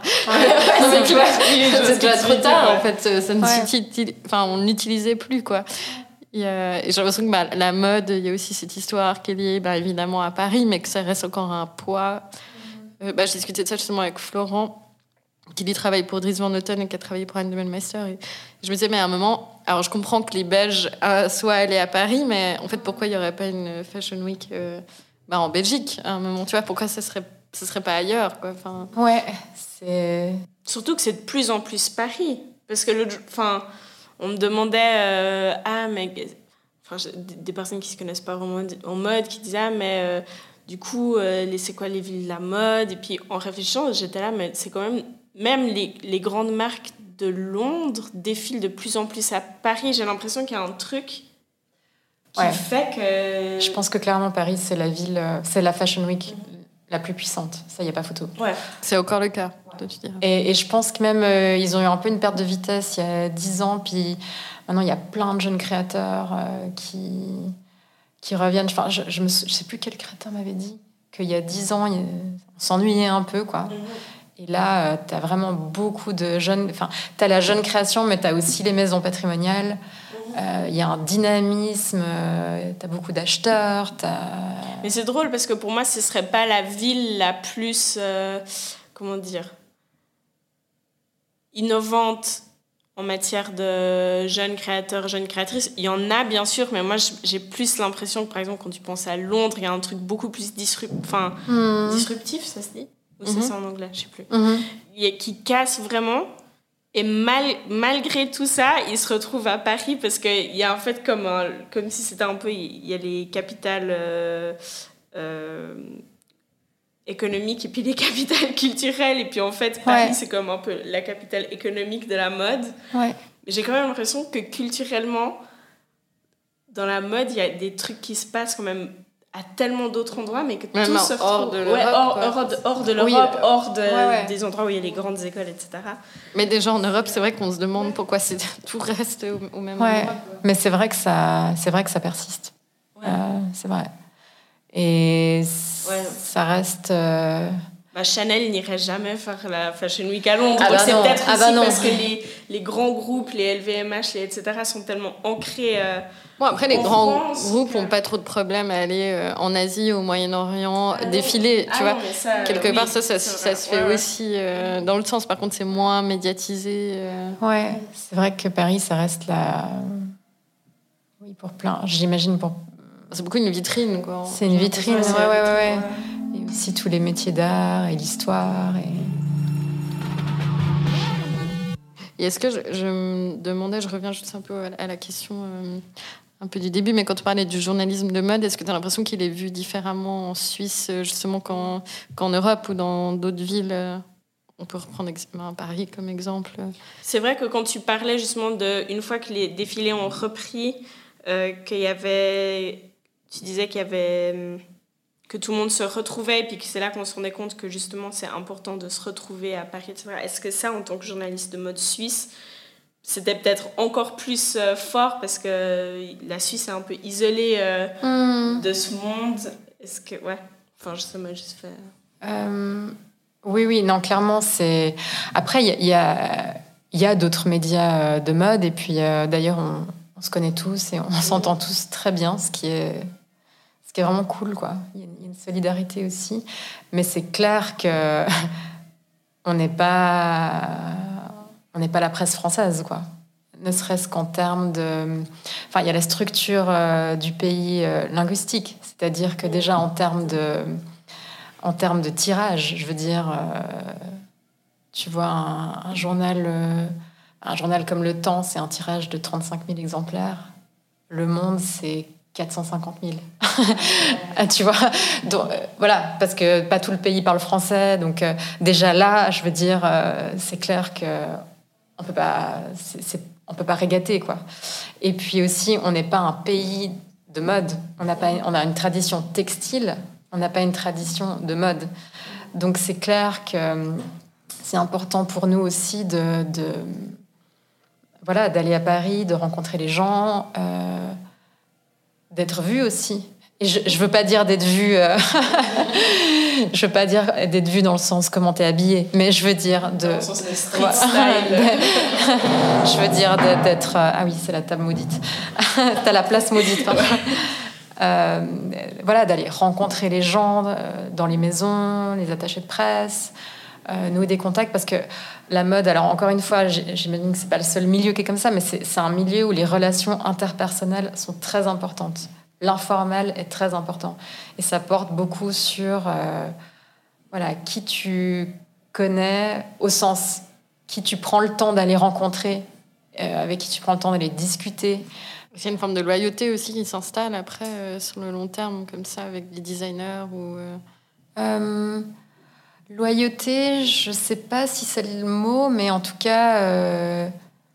C'est déjà trop tard, en fait. On n'utilisait plus, quoi. Et j'ai l'impression que la mode, il y a aussi cette histoire qui est liée évidemment à Paris, mais que ça reste encore un poids. J'ai discuté de ça justement avec Florent, qui lui travaille pour Dries Van Noten et qui a travaillé pour Anne de Melmeister. Et je me disais, mais à un moment, alors je comprends que les Belges soient allés à Paris, mais en fait, pourquoi il n'y aurait pas une Fashion Week en Belgique à un moment, tu vois, pourquoi ce serait pas ailleurs, quoi. Ouais, c'est... Surtout que c'est de plus en plus Paris. Parce que on me demandait des personnes qui ne se connaissent pas vraiment en mode qui disaient mais du coup c'est quoi les villes de la mode, et puis en réfléchissant j'étais là, mais c'est quand même les grandes marques de Londres défilent de plus en plus à Paris. J'ai l'impression qu'il y a un truc qui fait que... Je pense que clairement Paris c'est la ville, c'est la Fashion Week la plus puissante, ça y a pas photo. C'est encore le cas. Et je pense que même ils ont eu un peu une perte de vitesse il y a 10 ans, puis maintenant il y a plein de jeunes créateurs qui reviennent. Enfin, je sais plus quel créateur m'avait dit qu'il y a 10 ans on s'ennuyait un peu, quoi. Et là t'as vraiment beaucoup de jeunes, enfin t'as la jeune création, mais t'as aussi les maisons patrimoniales. Il y a un dynamisme, t'as beaucoup d'acheteurs, Mais c'est drôle parce que pour moi ce serait pas la ville la plus comment dire, innovante en matière de jeunes créateurs, jeunes créatrices. Il y en a bien sûr, mais moi j'ai plus l'impression que par exemple quand tu penses à Londres, il y a un truc beaucoup plus disruptif, ça se dit, ou c'est ça en anglais, je sais plus, qui casse vraiment. Et malgré tout ça, ils se retrouvent à Paris parce qu'il y a en fait comme si c'était un peu, il y a les capitales économiques et puis les capitales culturelles, et puis en fait Paris c'est comme un peu la capitale économique de la mode. J'ai quand même l'impression que culturellement dans la mode il y a des trucs qui se passent quand même à tellement d'autres endroits, mais que même tout se retrouve hors de l'Europe, hors de l'Europe, hors des endroits où il y a les grandes écoles, etc. Mais déjà en Europe, c'est vrai qu'on se demande pourquoi tout reste au même endroit. Mais c'est vrai que ça persiste. C'est vrai. Et ça reste... Chanel n'irait jamais faire la Fashion Week à Londres. Donc c'est peut-être aussi parce que les grands groupes, les LVMH, etc., sont tellement ancrés... après, les grands groupes n'ont pas trop de problèmes à aller en Asie, au Moyen-Orient, défiler, tu vois. Non, ça, quelque part, ça se fait aussi dans le sens. Par contre, c'est moins médiatisé. C'est vrai que Paris, ça reste la... Oui, pour plein... J'imagine pour... C'est beaucoup une vitrine, quoi. C'est une vitrine, ouais. Et aussi tous les métiers d'art et l'histoire. Et est-ce que je me demandais, je reviens juste un peu à la question un peu du début, mais quand tu parlais du journalisme de mode, est-ce que tu as l'impression qu'il est vu différemment en Suisse, justement, qu'en Europe ou dans d'autres villes on peut reprendre Paris comme exemple. C'est vrai que quand tu parlais justement une fois que les défilés ont repris, qu'il y avait... Tu disais qu'il y avait... que tout le monde se retrouvait, et puis que c'est là qu'on se rendait compte que justement c'est important de se retrouver à Paris, etc. Est-ce que ça, en tant que journaliste de mode suisse, c'était peut-être encore plus fort parce que la Suisse est un peu isolée de ce monde? Est-ce que... Ouais. Enfin, ça m'a juste fait... Oui, non, clairement, c'est... Après, il y a d'autres médias de mode, et puis d'ailleurs, on se connaît tous et on s'entend tous très bien, ce qui est vraiment cool, quoi. Il y a une solidarité aussi. Mais c'est clair que on n'est pas la presse française, quoi. Ne serait-ce qu'en termes de... Enfin, il y a la structure du pays linguistique. C'est-à-dire que déjà, en termes de tirage, je veux dire... tu vois, un journal comme Le Temps, c'est un tirage de 35 000 exemplaires. Le Monde, c'est 450 000. Tu vois, donc, voilà, parce que pas tout le pays parle français, donc déjà là, je veux dire, c'est clair que on peut pas régater, quoi. Et puis aussi, on n'est pas un pays de mode. On a une tradition textile, on n'a pas une tradition de mode. Donc c'est clair que c'est important pour nous aussi d'aller à Paris, de rencontrer les gens, d'être vus aussi. Et je veux pas dire d'être vue, je veux pas dire d'être vue dans le sens comment t'es habillée, mais je veux dire dans le sens de street style. Je veux dire d'être. Ah oui, c'est la table maudite. T'as la place maudite. D'aller rencontrer les gens dans les maisons, les attachés de presse, nouer des contacts, parce que la mode, alors encore une fois, j'imagine que c'est pas le seul milieu qui est comme ça, mais c'est un milieu où les relations interpersonnelles sont très importantes. L'informel est très important. Et ça porte beaucoup sur qui tu connais, au sens qui tu prends le temps d'aller rencontrer, avec qui tu prends le temps d'aller discuter. C'est une forme de loyauté aussi qui s'installe après, sur le long terme, comme ça, avec des designers ou... Loyauté, je ne sais pas si c'est le mot, mais en tout cas...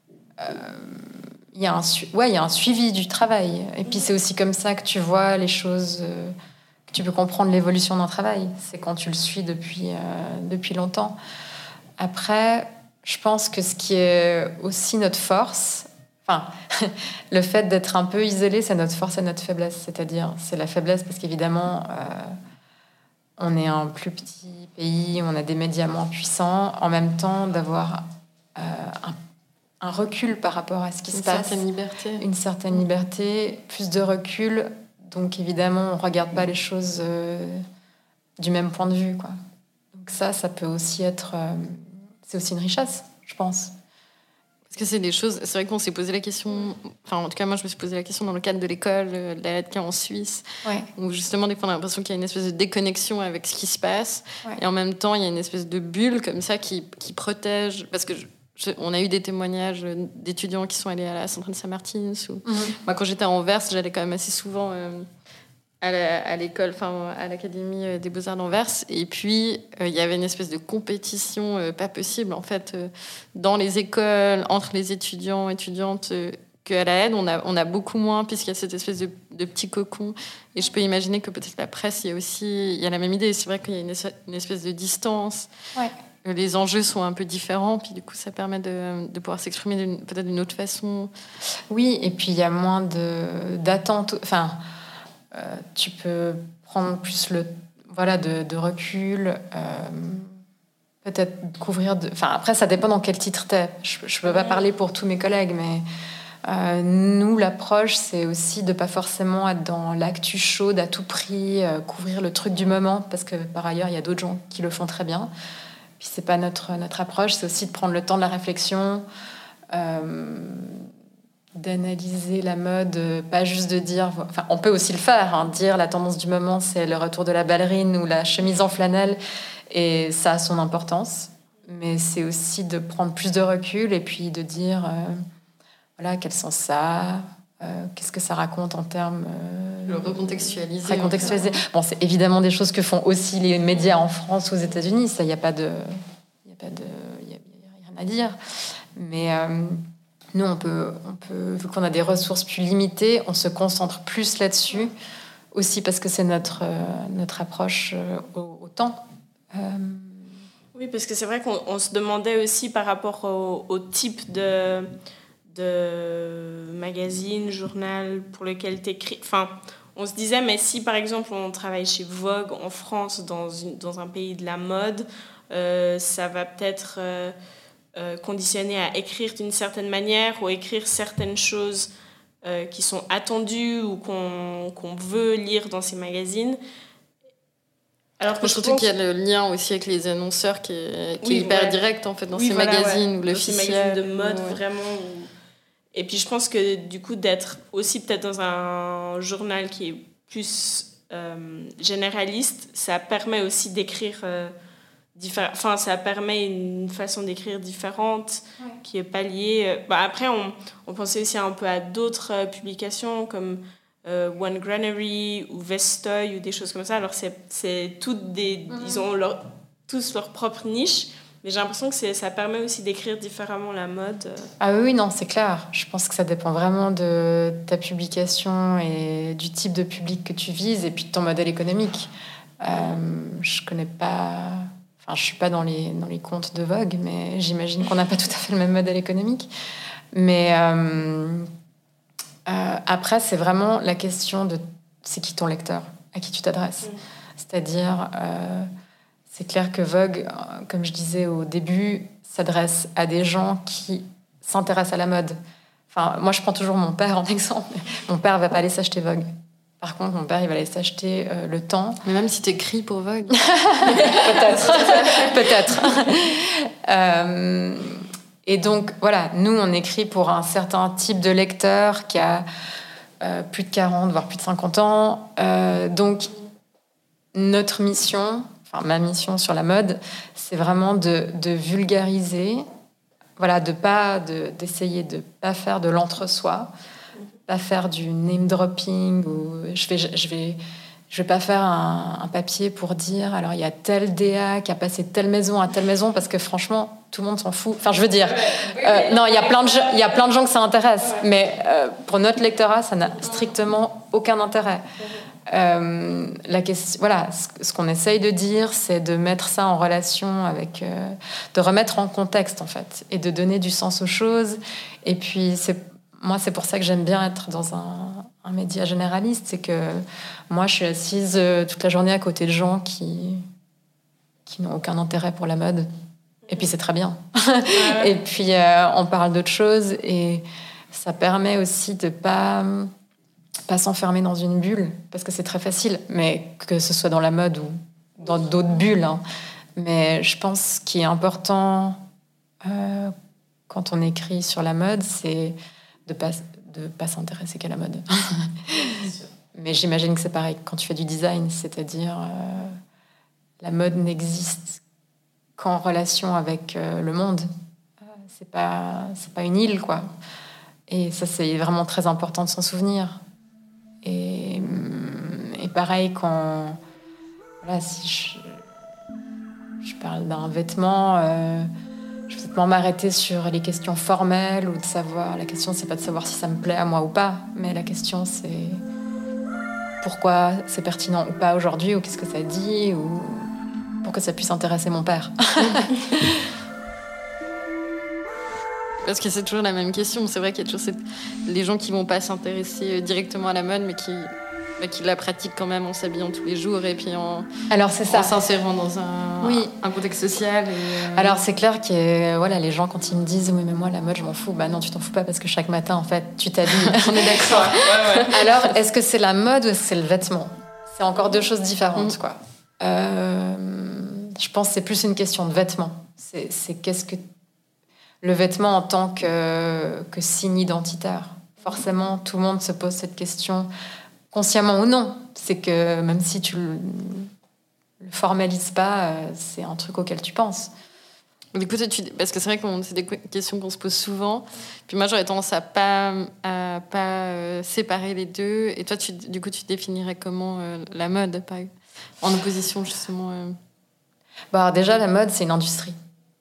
il y a un suivi du travail. Et puis c'est aussi comme ça que tu vois les choses, que tu peux comprendre l'évolution d'un travail. C'est quand tu le suis depuis longtemps. Après, je pense que ce qui est aussi notre force, le fait d'être un peu isolé, c'est notre force et notre faiblesse. C'est-à-dire, c'est la faiblesse parce qu'évidemment, on est un plus petit pays, on a des médias moins puissants. En même temps, d'avoir un recul par rapport à ce qui se passe. Une certaine liberté, plus de recul. Donc évidemment, on ne regarde pas les choses du même point de vue, quoi. Donc ça peut aussi être... c'est aussi une richesse, je pense. Parce que c'est des choses... C'est vrai qu'on s'est posé la question... Enfin, en tout cas, moi, je me suis posé la question dans le cadre de l'école, de la LEDK en Suisse, où justement, des fois, on a l'impression qu'il y a une espèce de déconnexion avec ce qui se passe. Ouais. Et en même temps, il y a une espèce de bulle comme ça qui protège... Parce que... on a eu des témoignages d'étudiants qui sont allés à la Centrale Saint-Martin. Moi, quand j'étais à Anvers, j'allais quand même assez souvent à l'école, à l'Académie des Beaux-Arts d'Anvers. Et puis, il y avait une espèce de compétition pas possible, en fait, dans les écoles, entre les étudiantes, qu'à la Haine, on a beaucoup moins, puisqu'il y a cette espèce de petit cocon. Et je peux imaginer que peut-être la presse, il y a la même idée. C'est vrai qu'il y a une espèce de distance. Ouais. Les enjeux sont un peu différents, puis du coup, ça permet de pouvoir s'exprimer peut-être d'une autre façon. Oui, et puis il y a moins d'attente. Enfin, tu peux prendre plus de recul, peut-être couvrir... après, ça dépend dans quel titre t'es. Je ne peux pas parler pour tous mes collègues, mais nous, l'approche, c'est aussi de ne pas forcément être dans l'actu chaude à tout prix, couvrir le truc du moment, parce que par ailleurs, il y a d'autres gens qui le font très bien. Puis c'est pas notre approche, c'est aussi de prendre le temps de la réflexion, d'analyser la mode, pas juste de dire... Enfin, on peut aussi le faire, dire la tendance du moment, c'est le retour de la ballerine ou la chemise en flanelle, et ça a son importance. Mais c'est aussi de prendre plus de recul et puis de dire, quel sens ça a, qu'est-ce que ça raconte en termes... le recontextualiser. Bon, c'est évidemment des choses que font aussi les médias en France ou aux États-Unis. Ça, il n'y a rien à dire. Mais nous, on peut, vu qu'on a des ressources plus limitées, on se concentre plus là-dessus, aussi parce que c'est notre approche au temps. Oui, parce que c'est vrai qu'on se demandait aussi par rapport au type de magazine, journal pour lequel tu écris. Enfin, on se disait, mais si par exemple on travaille chez Vogue en France, dans un pays de la mode, ça va peut-être conditionner à écrire d'une certaine manière ou écrire certaines choses qui sont attendues ou qu'on veut lire dans ces magazines. Alors que surtout qu'il y a le lien aussi avec les annonceurs qui est hyper direct en fait dans ces magazines ou l'officiel. Ces magazines de mode vraiment. Et puis je pense que du coup d'être aussi peut-être dans un journal qui est plus généraliste, ça permet aussi d'écrire ça permet une façon d'écrire différente qui est pas liée. Après on pensait aussi un peu à d'autres publications comme One Granary ou Vestoy ou des choses comme ça. Alors, c'est toutes ils ont tous leur propre niche. Mais j'ai l'impression que ça permet aussi d'écrire différemment la mode. Ah oui, non, c'est clair. Je pense que ça dépend vraiment de ta publication et du type de public que tu vises et puis de ton modèle économique. Je connais pas... Enfin, je suis pas dans les comptes de Vogue, mais j'imagine qu'on n'a pas tout à fait le même modèle économique. Mais après, c'est vraiment la question de c'est qui ton lecteur, à qui tu t'adresses. C'est-à-dire... c'est clair que Vogue, comme je disais au début, s'adresse à des gens qui s'intéressent à la mode. Enfin, moi, je prends toujours mon père en exemple. Mon père ne va pas aller s'acheter Vogue. Par contre, mon père, il va aller s'acheter Le Temps. Mais même si tu écris pour Vogue. Peut-être. Et donc, voilà, nous, on écrit pour un certain type de lecteur qui a plus de 40, voire plus de 50 ans. Donc, notre mission... Enfin, ma mission sur la mode, c'est vraiment de vulgariser, voilà, d'essayer de pas faire de l'entre-soi, pas faire du name dropping ou je vais pas faire un papier pour dire alors il y a tel DA qui a passé telle maison à telle maison parce que franchement tout le monde s'en fout. Enfin, je veux dire, non, il y a plein de gens que ça intéresse, mais pour notre lectorat, ça n'a strictement aucun intérêt. La question, voilà, ce qu'on essaye de dire, c'est de mettre ça en relation avec, de remettre en contexte en fait, et de donner du sens aux choses. Et puis c'est pour ça que j'aime bien être dans un média généraliste, c'est que moi je suis assise toute la journée à côté de gens qui n'ont aucun intérêt pour la mode. Et puis c'est très bien. Et puis on parle d'autres choses et ça permet aussi de pas s'enfermer dans une bulle, parce que c'est très facile, mais que ce soit dans la mode ou dans d'autres bulles. Hein. Mais je pense qu'il est important, quand on écrit sur la mode, c'est de pas s'intéresser qu'à la mode. Mais j'imagine que c'est pareil quand tu fais du design, c'est-à-dire la mode n'existe qu'en relation avec le monde. C'est pas une île, quoi. Et ça, c'est vraiment très important de s'en souvenir. Et pareil, quand... Voilà, si je parle d'un vêtement, je vais peut-être m'arrêter sur les questions formelles ou de savoir... La question, c'est pas de savoir si ça me plaît à moi ou pas, mais la question, c'est pourquoi c'est pertinent ou pas aujourd'hui, ou qu'est-ce que ça dit, ou pour que ça puisse intéresser mon père. Parce que c'est toujours la même question. C'est vrai qu'il y a toujours les gens qui vont pas s'intéresser directement à la mode, mais qui la pratiquent quand même en s'habillant tous les jours et puis en s'insérant dans un contexte social. Alors c'est clair que voilà, les gens quand ils me disent oui mais moi la mode je m'en fous, bah non tu t'en fous pas parce que chaque matin en fait tu t'habilles. On est d'accord. Ouais. Alors est-ce que c'est la mode ou est-ce que c'est le vêtement? C'est encore deux choses différentes quoi. Je pense que c'est plus une question de vêtement. C'est qu'est-ce que le vêtement en tant que signe identitaire. Forcément, tout le monde se pose cette question, consciemment ou non. C'est que même si tu le formalises pas, c'est un truc auquel tu penses. Du coup, parce que c'est vrai que c'est des questions qu'on se pose souvent. Puis moi, j'aurais tendance à pas séparer les deux. Et toi, du coup, tu définirais comment la mode, en opposition justement Bah, alors déjà, la mode, c'est une industrie.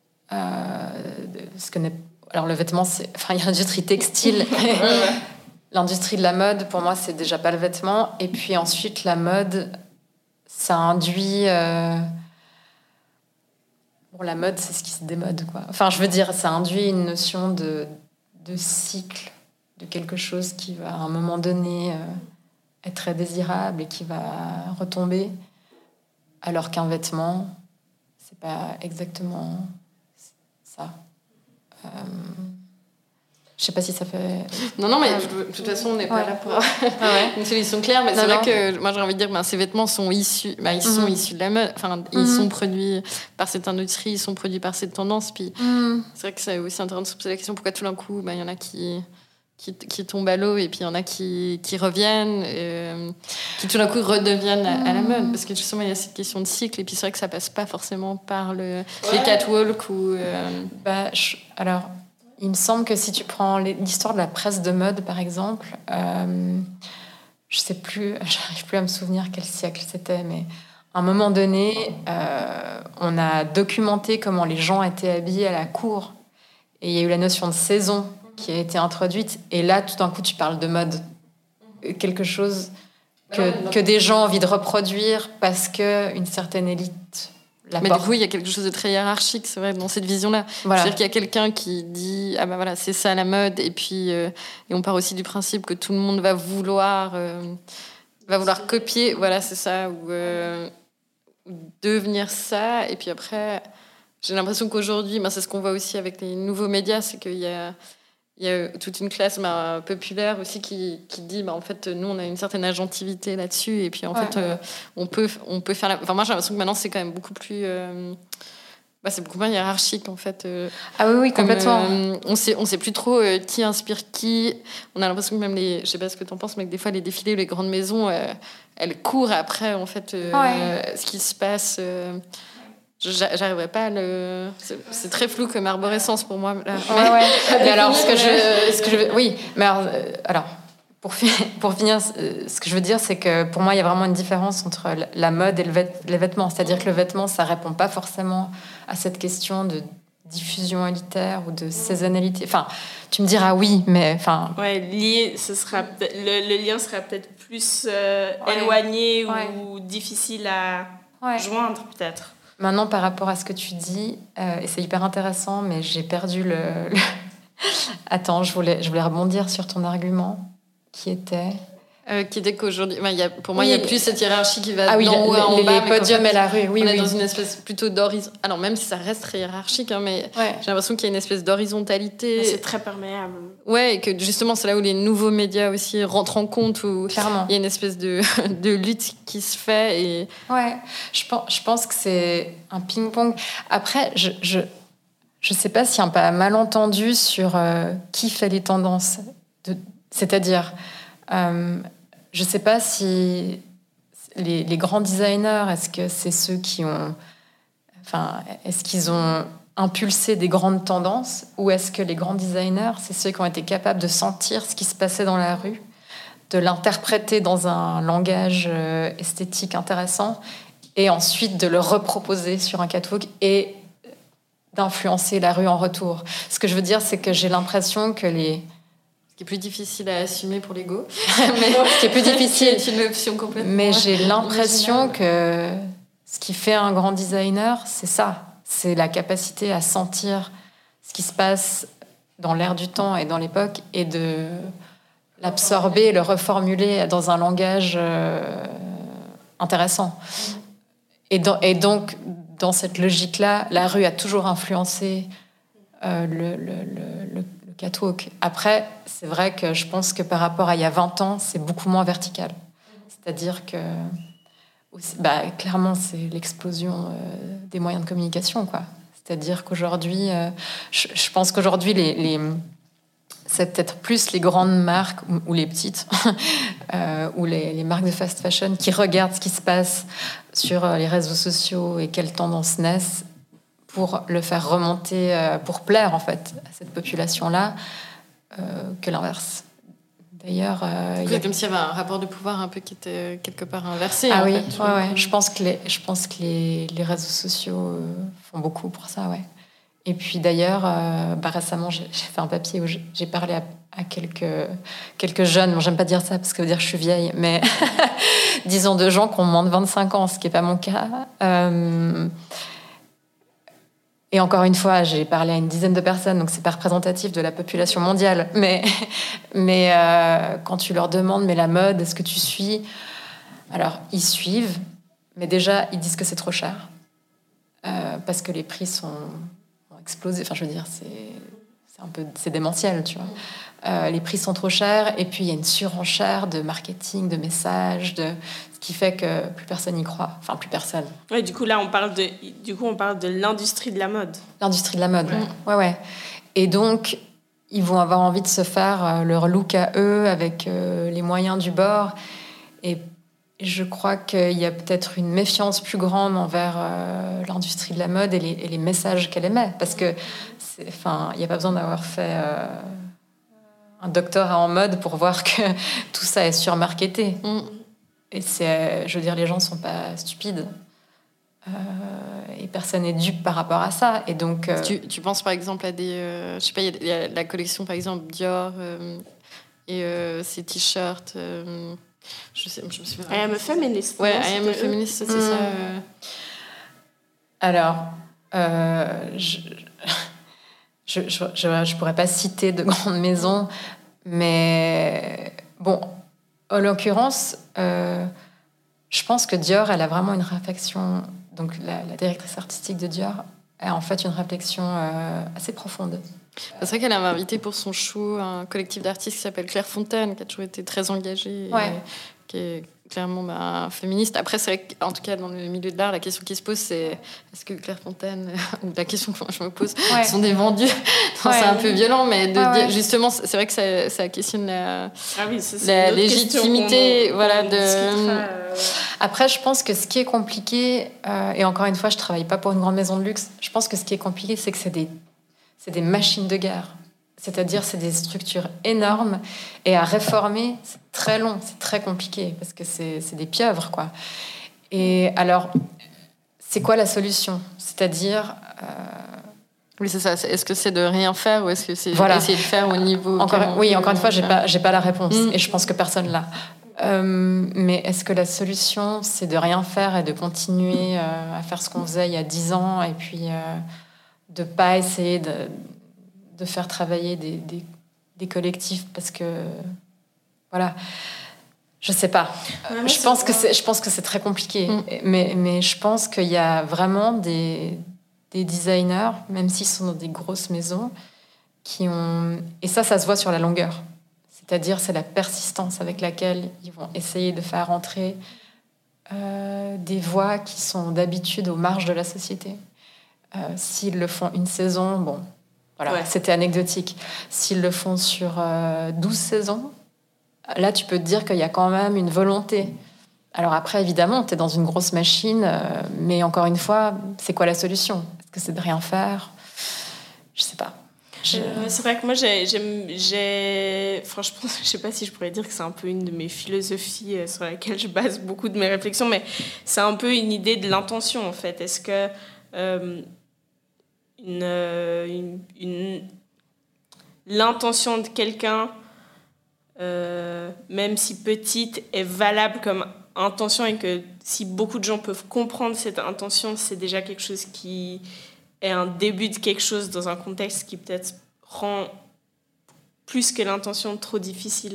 Alors le vêtement, il y a l'industrie textile. L'industrie de la mode, pour moi, c'est déjà pas le vêtement. Et puis ensuite, la mode, ça induit... Bon, la mode, c'est ce qui se démode, quoi. Enfin, je veux dire, ça induit une notion de cycle, de quelque chose qui va, à un moment donné, être très désirable et qui va retomber. Alors qu'un vêtement, c'est pas exactement... ça. Je sais pas si ça fait... Non, mais de toute façon, on n'est pas là pour une solution claire. Mais c'est vrai que moi, j'ai envie de dire ces vêtements sont issus, sont issus de la mode. Enfin, ils sont produits par cette industrie, ils sont produits par cette tendance. Puis c'est vrai que c'est aussi intéressant de se poser la question pourquoi tout d'un coup, y en a qui tombent à l'eau et puis il y en a qui reviennent, qui tout d'un coup redeviennent à la mode. Parce que justement, il y a cette question de cycle. Et puis c'est vrai que ça passe pas forcément par les catwalks ou... Alors, il me semble que si tu prends l'histoire de la presse de mode, par exemple, je sais plus, j'arrive plus à me souvenir quel siècle c'était, mais à un moment donné, on a documenté comment les gens étaient habillés à la cour. Et il y a eu la notion de saison qui a été introduite. Et là, tout d'un coup, tu parles de mode. Quelque chose que des gens ont envie de reproduire parce qu'une certaine élite Mais du coup, il y a quelque chose de très hiérarchique, c'est vrai, dans cette vision-là. Voilà. C'est-à-dire qu'il y a quelqu'un qui dit « Ah ben voilà, c'est ça la mode », et puis et on part aussi du principe que tout le monde va vouloir copier, voilà, c'est ça, ou devenir ça. Et puis après, j'ai l'impression qu'aujourd'hui, c'est ce qu'on voit aussi avec les nouveaux médias, c'est qu'il y a toute une classe populaire aussi qui dit en fait nous on a une certaine agentivité là-dessus, et puis en fait on peut faire moi j'ai l'impression que maintenant c'est quand même beaucoup plus c'est beaucoup moins hiérarchique en fait. Ah oui, complètement. On sait plus trop qui inspire qui. On a l'impression que même je sais pas ce que t'en penses, mais que des fois les défilés ou les grandes maisons elles courent après en fait ce qui se passe. J'arriverais pas à le. C'est très flou comme arborescence pour moi. Là. Mais alors, oui, mais alors pour finir, ce que je veux dire, c'est que pour moi, il y a vraiment une différence entre la mode et les vêtements. C'est-à-dire que le vêtement, ça répond pas forcément à cette question de diffusion élitaire ou de saisonnalité. Enfin, tu me diras oui, mais enfin. Ouais, lié, le lien sera peut-être plus éloigné ou difficile à joindre, peut-être. Maintenant, par rapport à ce que tu dis, et c'est hyper intéressant, mais j'ai perdu le... Attends, je voulais rebondir sur ton argument, qui était qu'aujourd'hui, pour moi, il y a plus cette hiérarchie qui va d'en haut à en bas. Les podiums et la rue, oui. On est dans une espèce plutôt d'horizon. Alors, même si ça reste très hiérarchique, mais j'ai l'impression qu'il y a une espèce d'horizontalité. C'est très perméable. Ouais, et que justement, c'est là où les nouveaux médias aussi rentrent en compte, où clairement. Il y a une espèce de lutte qui se fait. Et... Ouais, je pense que c'est un ping-pong. Après, je sais pas s'il y a un pas malentendu sur qui fait les tendances. C'est-à-dire... je ne sais pas si les grands designers, est-ce que c'est ceux qui ont... Enfin, est-ce qu'ils ont impulsé des grandes tendances, ou est-ce que les grands designers, c'est ceux qui ont été capables de sentir ce qui se passait dans la rue, de l'interpréter dans un langage esthétique intéressant, et ensuite de le reproposer sur un catwalk et d'influencer la rue en retour. Ce que je veux dire, c'est que j'ai l'impression que Ce qui est plus difficile à assumer pour l'ego. Ce qui est plus difficile. C'est une option complètement. Mais j'ai l'impression que ce qui fait un grand designer, c'est ça. C'est la capacité à sentir ce qui se passe dans l'air du temps et dans l'époque, et de l'absorber, le reformuler dans un langage intéressant. Et donc, dans cette logique-là, la rue a toujours influencé le catwalk. Après, c'est vrai que je pense que par rapport à il y a 20 ans, c'est beaucoup moins vertical. C'est-à-dire que, clairement, c'est l'explosion des moyens de communication, quoi. C'est-à-dire qu'aujourd'hui, je pense qu'aujourd'hui, c'est peut-être plus les grandes marques ou les petites, ou les marques de fast fashion qui regardent ce qui se passe sur les réseaux sociaux et quelles tendances naissent, pour le faire remonter, pour plaire en fait à cette population-là, que l'inverse. D'ailleurs, comme s'il y avait un rapport de pouvoir un peu qui était quelque part inversé. Ah oui, fait. Ouais. Je pense que les réseaux sociaux font beaucoup pour ça, ouais. Et puis d'ailleurs, récemment, j'ai fait un papier où j'ai parlé à quelques jeunes. Bon, j'aime pas dire ça parce que ça veut dire que je suis vieille, mais disons de gens qui ont moins de 25 ans, ce qui n'est pas mon cas. Et encore une fois, j'ai parlé à une dizaine de personnes, donc c'est pas représentatif de la population mondiale. Mais quand tu leur demandes, mais la mode, est-ce que tu suis ? Alors, ils suivent, mais déjà, ils disent que c'est trop cher. Parce que les prix ont explosé. Enfin, je veux dire, c'est démentiel, tu vois. Les prix sont trop chers, et puis il y a une surenchère de marketing, de messages, ce qui fait que plus personne n'y croit. Enfin, plus personne. Ouais, du coup, là, on parle de l'industrie de la mode. L'industrie de la mode, ouais. Et donc, ils vont avoir envie de se faire leur look à eux, avec les moyens du bord. Et je crois qu'il y a peut-être une méfiance plus grande envers l'industrie de la mode et les messages qu'elle émet. Parce que, il n'y a pas besoin d'avoir fait un doctorat en mode pour voir que tout ça est surmarketé. Et je veux dire, les gens sont pas stupides. Et personne n'est dupe par rapport à ça. Et donc, tu penses par exemple à des... je sais pas, il y a la collection par exemple Dior et ces t-shirts... je me souviens. I am a feminist. Ouais, I am a feminist, c'est ça. Alors, je pourrais pas citer de grandes maisons, mais bon, en l'occurrence, je pense que Dior, elle a vraiment une réflexion. Donc, la directrice artistique de Dior a en fait une réflexion assez profonde. C'est vrai qu'elle avait invité pour son show un collectif d'artistes qui s'appelle Claire Fontaine, qui a toujours été très engagée, qui est clairement féministe. Après, c'est vrai qu'en tout cas, dans le milieu de l'art, la question qui se pose, c'est est-ce que Claire Fontaine, ou la question que je me pose, sont des vendus C'est un peu violent, mais justement, c'est vrai que ça questionne la légitimité. Après, je pense que ce qui est compliqué, et encore une fois, je travaille pas pour une grande maison de luxe, je pense que ce qui est compliqué, c'est que c'est des machines de guerre. C'est-à-dire, c'est des structures énormes. Et à réformer, c'est très long, c'est très compliqué, parce que c'est des pieuvres, quoi. Et alors, c'est quoi la solution ? C'est-à-dire... Oui, c'est ça. Est-ce que c'est de rien faire ou est-ce que c'est essayer de faire au niveau... Encore une fois, j'ai pas la réponse. Et je pense que personne l'a. Mais est-ce que la solution, c'est de rien faire et de continuer à faire ce qu'on faisait il y a 10 ans et puis de pas essayer de faire travailler des collectifs parce que voilà, je sais pas. Je pense que c'est très compliqué, mais je pense qu'il y a vraiment des designers, même s'ils sont dans des grosses maisons, qui ont, et ça se voit sur la longueur. C'est-à-dire, c'est la persistance avec laquelle ils vont essayer de faire entrer des voix qui sont d'habitude aux marges de la société. S'ils le font une saison, bon. Voilà, c'était anecdotique. S'ils le font sur 12 saisons, là, tu peux te dire qu'il y a quand même une volonté. Alors après, évidemment, tu es dans une grosse machine, mais encore une fois, c'est quoi la solution ? Est-ce que c'est de rien faire ? Je sais pas. C'est vrai que moi, franchement, je sais pas si je pourrais dire que c'est un peu une de mes philosophies sur laquelle je base beaucoup de mes réflexions, mais c'est un peu une idée de l'intention, en fait. Est-ce que... l'intention de quelqu'un, même si petite, est valable comme intention et que si beaucoup de gens peuvent comprendre cette intention, c'est déjà quelque chose qui est un début de quelque chose dans un contexte qui peut-être rend plus que l'intention trop difficile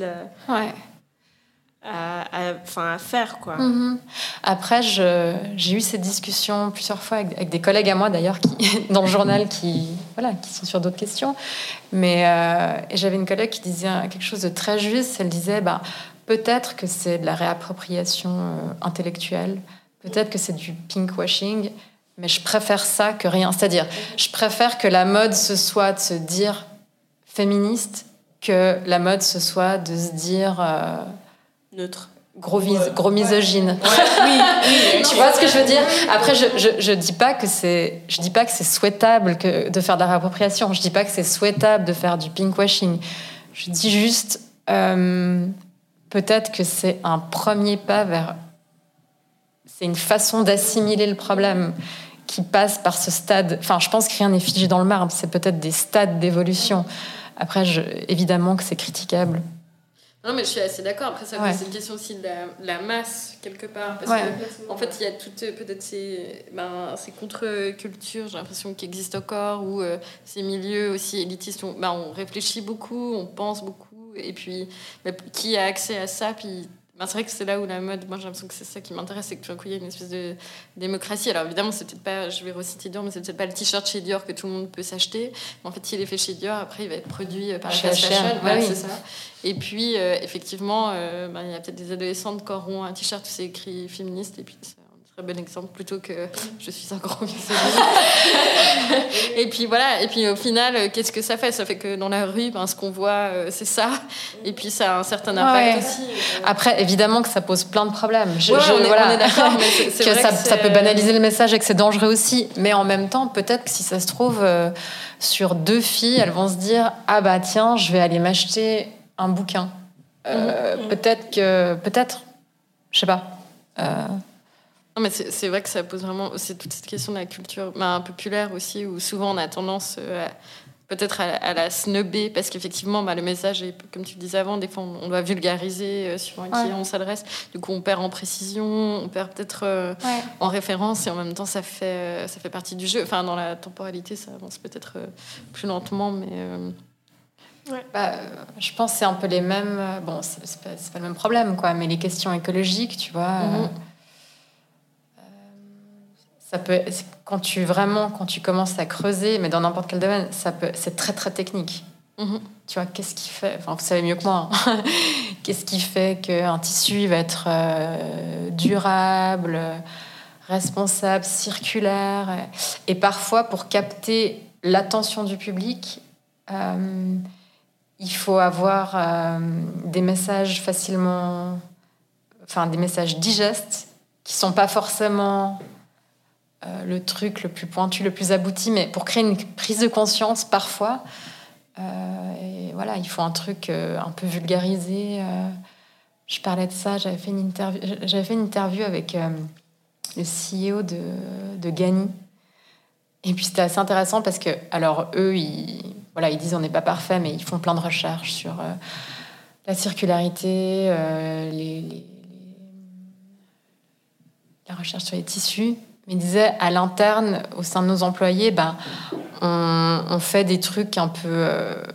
à faire, quoi. Après, j'ai eu cette discussion plusieurs fois avec des collègues à moi, d'ailleurs, dans le journal, qui sont sur d'autres questions. Mais et j'avais une collègue qui disait quelque chose de très juste. Elle disait, peut-être que c'est de la réappropriation intellectuelle, peut-être que c'est du pinkwashing, mais je préfère ça que rien. C'est-à-dire, je préfère que la mode, ce soit de se dire féministe, que la mode, ce soit de se dire... neutre. Gros misogyne. Oui. Tu vois ce que je veux dire ? Après, je dis pas que c'est souhaitable de faire de la réappropriation. Je dis pas que c'est souhaitable de faire du pinkwashing. Je dis juste peut-être que c'est un premier pas vers... C'est une façon d'assimiler le problème qui passe par ce stade... Enfin, je pense que rien n'est figé dans le marbre. C'est peut-être des stades d'évolution. Après, évidemment que c'est critiquable. Non, mais je suis assez d'accord. Après, ça c'est une question aussi de la masse, quelque part. Parce que, en fait, il y a toutes peut-être ces contre-cultures, j'ai l'impression, qui existent encore, ou ces milieux aussi élitistes. On réfléchit beaucoup, on pense beaucoup, et puis qui a accès à ça, puis... c'est vrai que c'est là où la mode, moi j'ai l'impression que c'est ça qui m'intéresse, c'est que tout d'un coup il y a une espèce de démocratie. Alors évidemment, c'est peut-être pas, je vais reciter Dior, mais c'est peut-être pas le t-shirt chez Dior que tout le monde peut s'acheter. Mais en fait, s'il est fait chez Dior, après il va être produit par la fast fashion. C'est ça. Et puis effectivement, il y a peut-être des adolescentes qui auront un t-shirt où c'est écrit féministe, et puis c'est un très bon exemple plutôt que je suis un gros misogyne. Et puis voilà, et puis au final, qu'est-ce que ça fait ? Ça fait que dans la rue, ce qu'on voit, c'est ça. Et puis ça a un certain impact aussi. Après, évidemment que ça pose plein de problèmes. On est d'accord, mais c'est que vrai ça peut banaliser le message et que c'est dangereux aussi. Mais en même temps, peut-être que si ça se trouve, sur 2 filles, elles vont se dire « Ah bah tiens, je vais aller m'acheter un bouquin. Peut-être, je sais pas. Non, mais c'est vrai que ça pose vraiment aussi toute cette question de la culture populaire aussi, où souvent on a tendance peut-être à la snobber, parce qu'effectivement, le message, est, comme tu le disais avant, des fois on doit vulgariser suivant à qui on s'adresse. Du coup, on perd en précision, on perd peut-être en référence, et en même temps, ça fait partie du jeu. Enfin, dans la temporalité, ça avance peut-être plus lentement, mais... je pense que c'est un peu les mêmes... Bon, c'est pas le même problème, quoi, mais les questions écologiques, tu vois... Ça peut, quand tu commences à creuser, mais dans n'importe quel domaine, c'est très très technique. Tu vois, qu'est-ce qui fait, enfin vous savez mieux que moi, hein, qu'est-ce qui fait qu'un tissu va être durable, responsable, circulaire, et parfois pour capter l'attention du public, il faut avoir des messages des messages digestes qui sont pas forcément le truc le plus pointu, le plus abouti, mais pour créer une prise de conscience parfois, et voilà, il faut un truc un peu vulgarisé. Je parlais de ça, j'avais fait une interview avec le CEO de Gani, et puis c'était assez intéressant parce que, alors eux, ils disent on n'est pas parfait, mais ils font plein de recherches sur la circularité, la recherche sur les tissus. Mais il disait, à l'interne, au sein de nos employés, on fait des trucs un peu...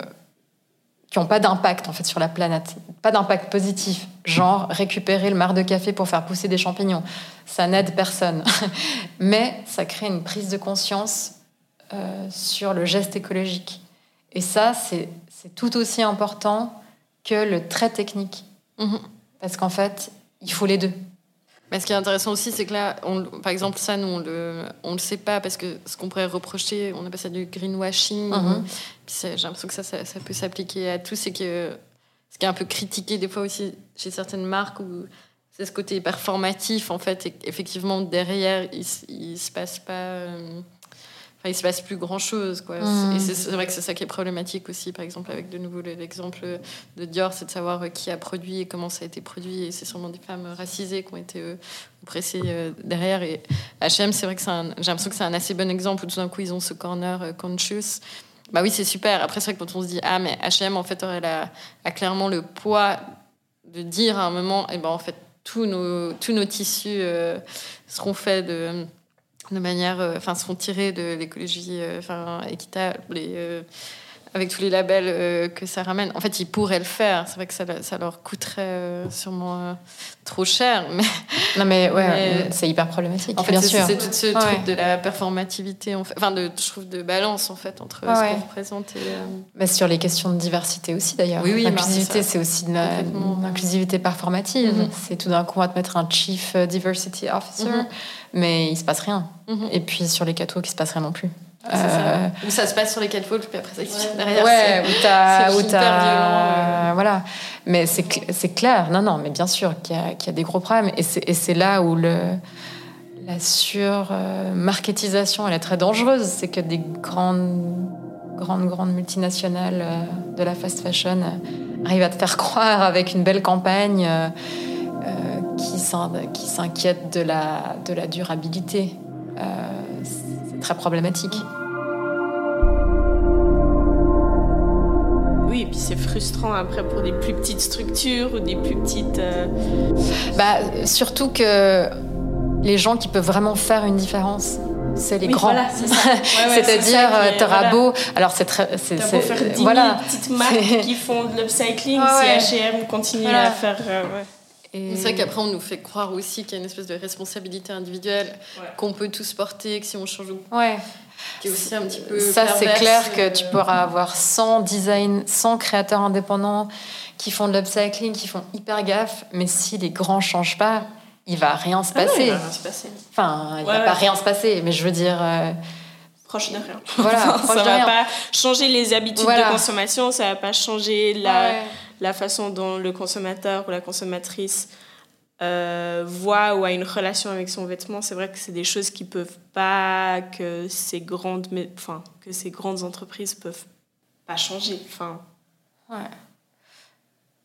qui n'ont pas d'impact, en fait, sur la planète. Pas d'impact positif. Genre, récupérer le marc de café pour faire pousser des champignons. Ça n'aide personne. Mais ça crée une prise de conscience sur le geste écologique. Et ça, c'est tout aussi important que le très technique. Parce qu'en fait, il faut les deux. Mais ce qui est intéressant aussi, c'est que là, par exemple, ça, nous, on le sait pas, parce que ce qu'on pourrait reprocher, on appelle ça du greenwashing. Puis j'ai l'impression que ça peut s'appliquer à tout. C'est que ce qui est un peu critiqué des fois aussi chez certaines marques, où c'est ce côté performatif, en fait, et effectivement, derrière, il se passe pas... il se passe plus grand chose, quoi. Et c'est vrai que c'est ça qui est problématique aussi, par exemple, avec de nouveau l'exemple de Dior, c'est de savoir qui a produit et comment ça a été produit, et c'est sûrement des femmes racisées qui ont été oppressées derrière. Et H&M, c'est vrai que j'ai l'impression que c'est un assez bon exemple où tout d'un coup ils ont ce corner conscious. Oui, c'est super. Après, c'est vrai que quand on se dit mais H&M en fait a clairement le poids de dire à un moment, en fait tous nos tissus seront faits de manière, seront tirés de l'écologie équitable, et avec tous les labels que ça ramène. En fait, ils pourraient le faire. C'est vrai que ça leur coûterait sûrement trop cher. Mais c'est hyper problématique. En fait, bien sûr. C'est tout ce truc de la performativité, je trouve, de balance en fait entre ce qu'on représente et. Mais sur les questions de diversité aussi, d'ailleurs. Oui, l'inclusivité, c'est aussi de l'inclusivité performative. C'est tout d'un coup, on va te mettre un Chief Diversity Officer, mais il se passe rien. Et puis sur les catwalks, il se passe rien non plus. Où ça se passe sur les catwalks, puis après ça derrière. Où t'as violent. Voilà. Mais c'est clair, non, mais bien sûr qu'il y a des gros problèmes. Et c'est là où la sur-marketisation, elle est très dangereuse. C'est que des grandes multinationales de la fast fashion arrivent à te faire croire avec une belle campagne qui s'inquiètent de la durabilité. C'est très problématique. Oui, et puis c'est frustrant après pour des plus petites structures ou des plus petites... Surtout que les gens qui peuvent vraiment faire une différence, c'est les grands. Voilà, c'est ça. C'est-à-dire, t'auras beau... Alors, c'est très... T'as beau faire 10 000 petites marques qui font de l'upcycling, si H&M continue à faire... Et c'est vrai qu'après, on nous fait croire aussi qu'il y a une espèce de responsabilité individuelle qu'on peut tous porter, que si on change... Qui est aussi un petit peu ça, perverse. C'est clair que tu pourras avoir 100 créateurs indépendants qui font de l'upcycling, qui font hyper gaffe, mais si les grands ne changent pas, il ne va rien se passer. Il va rien se passer. Enfin, il ne va pas rien se passer, mais je veux dire... Proche de rien. Voilà, ça ne va pas changer les habitudes de consommation, ça ne va pas changer la façon dont le consommateur ou la consommatrice voit ou a une relation avec son vêtement. C'est vrai que c'est des choses qui peuvent pas, que ces grandes entreprises peuvent pas changer.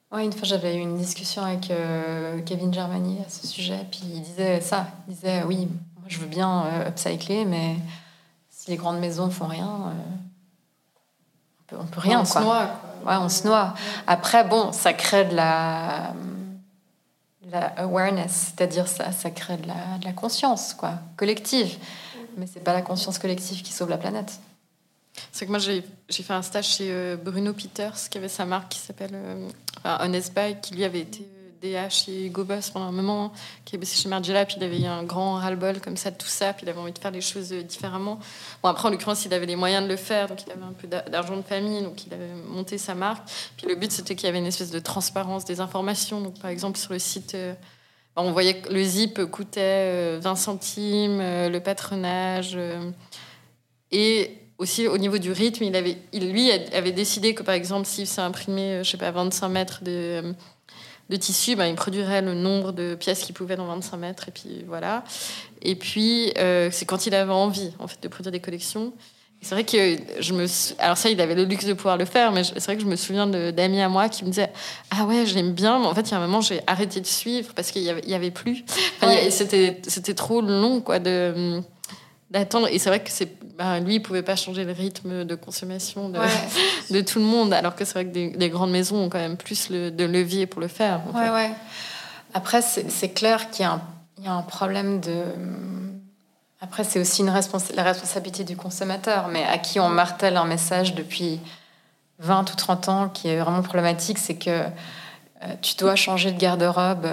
Ouais, une fois, j'avais eu une discussion avec Kevin Germany à ce sujet, puis il disait ça. Il disait, oui, moi, je veux bien upcycler, mais si les grandes maisons font rien, on peut rien, on quoi. Se noie, quoi. Ouais, on se noie. Après, bon, ça crée de la awareness, c'est-à-dire ça crée de la conscience, quoi, collective. Mais c'est pas la conscience collective qui sauve la planète. C'est que moi, j'ai fait un stage chez Bruno Peters, qui avait sa marque qui s'appelle Honest Bike, qui lui avait été DA chez Hugo Boss pendant un moment, qui est bossé chez Margiela, puis il avait eu un grand ras-le-bol comme ça de tout ça, puis il avait envie de faire les choses différemment. Bon, après, en l'occurrence, il avait les moyens de le faire, donc il avait un peu d'argent de famille, donc il avait monté sa marque. Puis le but, c'était qu'il y avait une espèce de transparence des informations. Donc, par exemple, sur le site... on voyait que le zip coûtait 20 centimes, le patronage. Et aussi, au niveau du rythme, lui avait décidé que, par exemple, s'il s'est imprimé, 25 mètres de tissu, il produirait le nombre de pièces qu'il pouvait dans 25 mètres. Et puis, voilà. Et puis, c'est quand il avait envie, en fait, de produire des collections. Et c'est vrai que alors ça, il avait le luxe de pouvoir le faire, mais c'est vrai que je me souviens d'amis à moi qui me disaient « Ah ouais, je l'aime bien, mais en fait, il y a un moment, j'ai arrêté de suivre parce qu'il y avait plus. » C'était trop long, quoi, d'attendre. Et c'est vrai que lui, il pouvait pas changer le rythme de consommation de tout le monde, alors que c'est vrai que des grandes maisons ont quand même plus de levier pour le faire. En fait. Ouais. Après, c'est clair qu'il y a un problème de... Après, c'est aussi la responsabilité du consommateur, mais à qui on martèle un message depuis 20 ou 30 ans qui est vraiment problématique, c'est que tu dois changer de garde-robe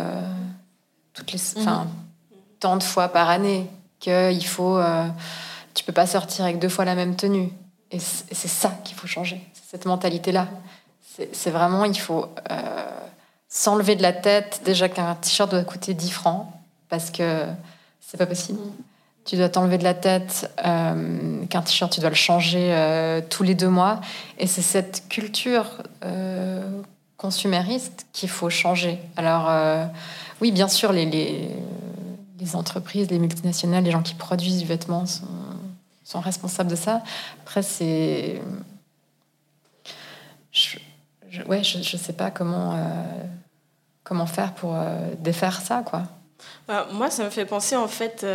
tant de fois par année, qu'il faut... tu peux pas sortir avec 2 fois la même tenue. Et c'est ça qu'il faut changer, c'est cette mentalité-là. C'est vraiment, il faut s'enlever de la tête déjà qu'un t-shirt doit coûter 10 francs, parce que c'est pas possible. Tu dois t'enlever de la tête qu'un t-shirt, tu dois le changer tous les 2 mois. Et c'est cette culture consumériste qu'il faut changer. Alors, oui, bien sûr, les entreprises, les multinationales, les gens qui produisent du vêtement sont responsables de ça. Après, c'est... Je sais pas comment faire pour défaire ça, quoi. Moi, ça me fait penser, en fait,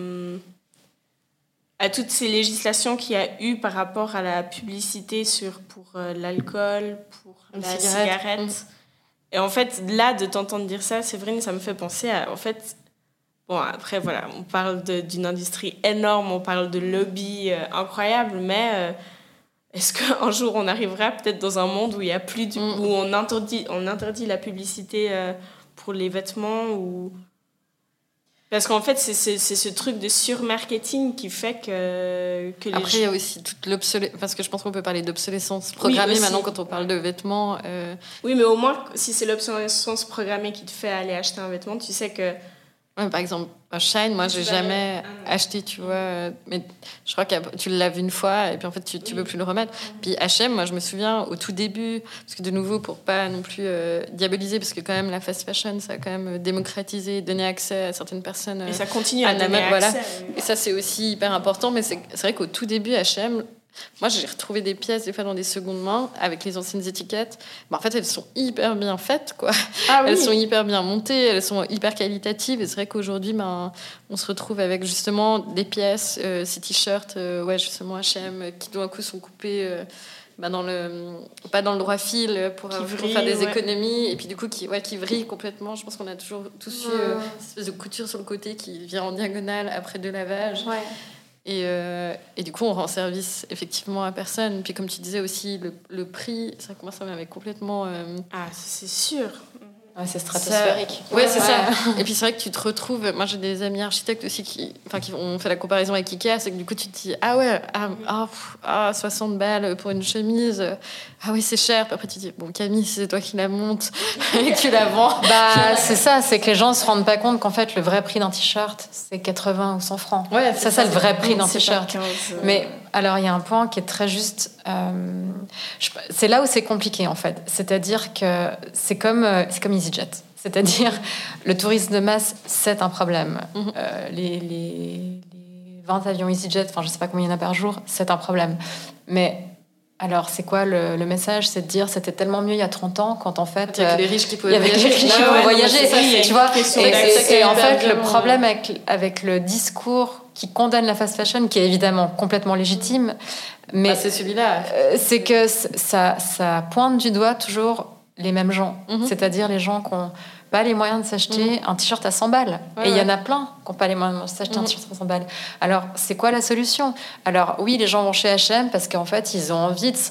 à toutes ces législations qu'il y a eu par rapport à la publicité pour l'alcool, pour la cigarette. Et en fait, là, de t'entendre dire ça, Séverine, ça me fait penser à... En fait, bon, après, voilà, on parle d'une industrie énorme, on parle de lobby incroyable, mais est-ce qu'un jour, on arrivera peut-être dans un monde où il y a plus où on interdit la publicité pour les vêtements ou... Parce qu'en fait, c'est ce truc de surmarketing qui fait que les... Après, il y a aussi toute l'obsolescence... Parce que je pense qu'on peut parler d'obsolescence programmée maintenant quand on parle de vêtements. Oui, mais au moins, si c'est l'obsolescence programmée qui te fait aller acheter un vêtement, tu sais que... Ouais, par exemple, Shine, moi, j'ai jamais acheté, tu vois. Mais je crois que tu l'as vu une fois et puis en fait, tu peux plus le remettre. Puis H&M, moi, je me souviens au tout début, parce que de nouveau, pour pas non plus diaboliser, parce que quand même, la fast fashion, ça a quand même démocratisé, donné accès à certaines personnes. Et ça continue à donner accès. Voilà. Et ça, c'est aussi hyper important. Mais c'est vrai qu'au tout début, H&M, moi, j'ai retrouvé des pièces, des fois, dans des secondes mains, avec les anciennes étiquettes. En fait, elles sont hyper bien faites, quoi. Ah, oui. Elles sont hyper bien montées, elles sont hyper qualitatives. Et c'est vrai qu'aujourd'hui, on se retrouve avec, justement, des pièces, ces t-shirts, justement, H&M, qui, d'un coup, sont coupés... pas dans le droit fil pour faire des économies, et puis du coup qui vrille complètement. Je pense qu'on a toujours tous eu cette espèce de couture sur le côté qui vient en diagonale après 2 lavages. Ouais. Et du coup, on rend service effectivement à personne. Puis comme tu disais aussi, le prix, c'est vrai que moi, ça m'avait complètement... Ah, c'est sûr. Ouais, c'est stratosphérique. C'est ça. Et puis c'est vrai que tu te retrouves... Moi, j'ai des amis architectes aussi qui ont fait la comparaison avec Ikea. C'est que du coup, tu te dis, 60 balles pour une chemise. Ah oui, c'est cher. Puis après, tu te dis, bon, Camille, c'est toi qui la montes et que tu la vends. C'est ça, c'est que les gens ne se rendent pas compte qu'en fait, le vrai prix d'un t-shirt, c'est 80 ou 100 francs. Ouais, c'est le vrai prix d'un t-shirt. Mais alors, il y a un point qui est très juste. C'est là où c'est compliqué, en fait. C'est-à-dire que c'est comme EasyJet. C'est-à-dire, le tourisme de masse, c'est un problème. Les 20 avions EasyJet, je ne sais pas combien il y en a par jour, c'est un problème. Mais Alors, c'est quoi le message? C'est de dire c'était tellement mieux il y a 30 ans quand en fait. Il y a que les riches qui pouvaient voyager. Tu vois, et en fait, le problème avec le discours qui condamne la fast fashion, qui est évidemment complètement légitime, mais c'est celui-là. C'est que ça pointe du doigt toujours les mêmes gens. C'est-à-dire les gens qui n'ont pas les moyens de s'acheter un t-shirt à 100 balles. Et il y en a plein qui n'ont pas les moyens de s'acheter un t-shirt à 100 balles. Alors, c'est quoi la solution? Alors, oui, les gens vont chez H&M parce qu'en fait, ils ont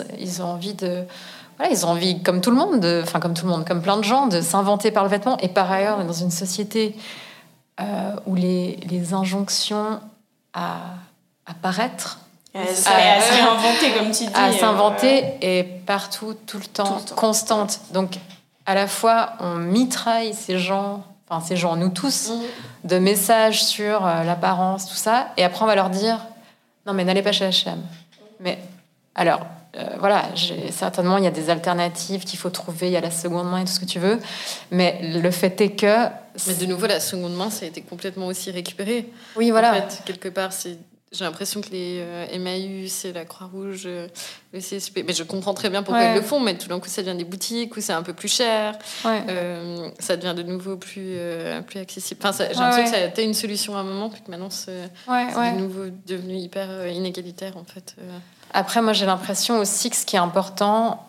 envie, comme tout le monde, comme plein de gens, de s'inventer par le vêtement. Et par ailleurs, on est dans une société où les injonctions à paraître, à se réinventer, comme tu dis. À s'inventer est partout, tout le temps, constante. Donc, à la fois, on mitraille ces gens, nous tous, de messages sur l'apparence, tout ça, et après, on va leur dire « Non, mais n'allez pas chez H&M. » Mais alors, certainement, il y a des alternatives qu'il faut trouver, il y a la seconde main et tout ce que tu veux, mais le fait est que... Mais de nouveau, la seconde main, ça a été complètement aussi récupéré. Oui, voilà. En fait, quelque part, j'ai l'impression que les Emmaüs et la Croix-Rouge, le CSP, mais je comprends très bien pourquoi ils le font, mais tout d'un coup, ça devient des boutiques où c'est un peu plus cher. Ça devient de nouveau plus accessible. Enfin, j'ai l'impression que ça a été une solution à un moment, puis que maintenant, c'est de nouveau devenu hyper inégalitaire, en fait. Après, moi, j'ai l'impression aussi que ce qui est important,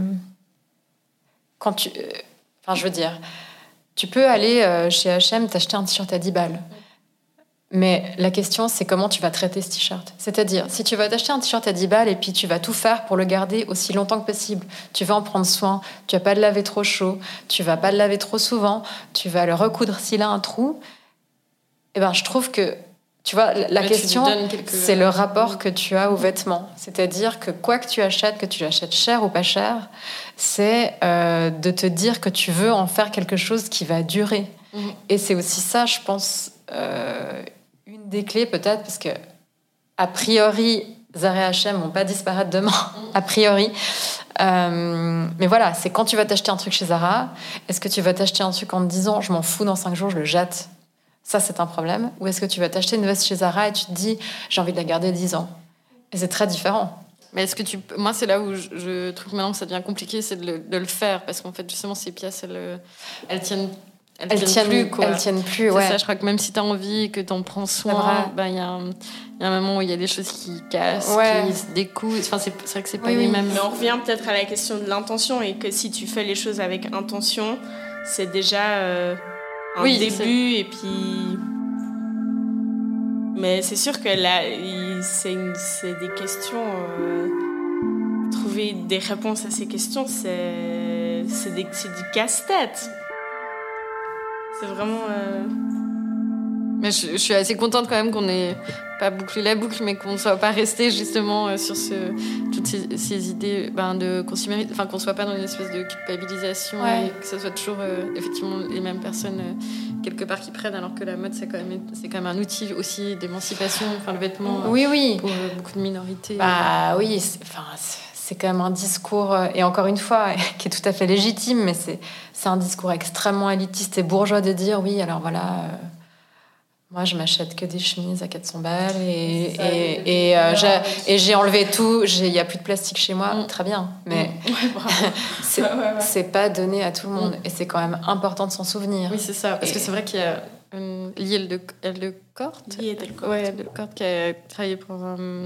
tu peux aller chez H&M, t'acheter un t-shirt à 10 balles. Mais la question, c'est comment tu vas traiter ce t-shirt. C'est-à-dire, si tu vas t'acheter un t-shirt à 10 balles et puis tu vas tout faire pour le garder aussi longtemps que possible, tu vas en prendre soin, tu vas pas le laver trop chaud, tu vas pas le laver trop souvent, tu vas le recoudre s'il a un trou, eh ben, je trouve que, tu vois, la question, c'est le rapport que tu as aux vêtements. C'est-à-dire que quoi que tu achètes, que tu l'achètes cher ou pas cher, c'est de te dire que tu veux en faire quelque chose qui va durer. Et c'est aussi ça, je pense... une des clés peut-être, parce que a priori Zara et H&M vont pas disparaître demain, a priori, mais voilà, c'est quand tu vas t'acheter un truc chez Zara, est-ce que tu vas t'acheter un truc en te disant je m'en fous, dans 5 jours je le jette, ça c'est un problème, ou est-ce que tu vas t'acheter une veste chez Zara et tu te dis j'ai envie de la garder 10 ans, et c'est très différent. Mais est-ce que moi, c'est là où je trouve maintenant que ça devient compliqué, c'est de le faire, parce qu'en fait justement ces pièces elles tiennent plus, ouais. C'est ça, je crois que même si tu as envie, que tu en prends soin, il y a un moment où il y a des choses qui cassent, qui se décousent. Enfin, c'est vrai que c'est pas les mêmes. Mais on revient peut-être à la question de l'intention, et que si tu fais les choses avec intention, c'est déjà un début, et puis... Mais c'est sûr que là, c'est des questions... Trouver des réponses à ces questions, c'est du casse-tête. C'est vraiment... Mais je suis assez contente quand même qu'on n'ait pas bouclé la boucle, mais qu'on ne soit pas resté justement sur toutes ces idées de consumérisme, enfin qu'on ne soit pas dans une espèce de culpabilisation et que ce soit toujours effectivement les mêmes personnes quelque part qui prennent, alors que la mode c'est quand même un outil aussi d'émancipation, enfin le vêtement pour beaucoup de minorités. Oui, c'est quand même un discours, et encore une fois, qui est tout à fait légitime, mais c'est un discours extrêmement élitiste et bourgeois de dire, oui, alors voilà, moi je m'achète que des chemises à 400 balles, et j'ai enlevé tout, il n'y a plus de plastique chez moi, très bien, mais c'est pas donné à tout le monde, et c'est quand même important de s'en souvenir. Oui, c'est ça, parce que c'est vrai qu'il y a Liel de Kort qui a travaillé pour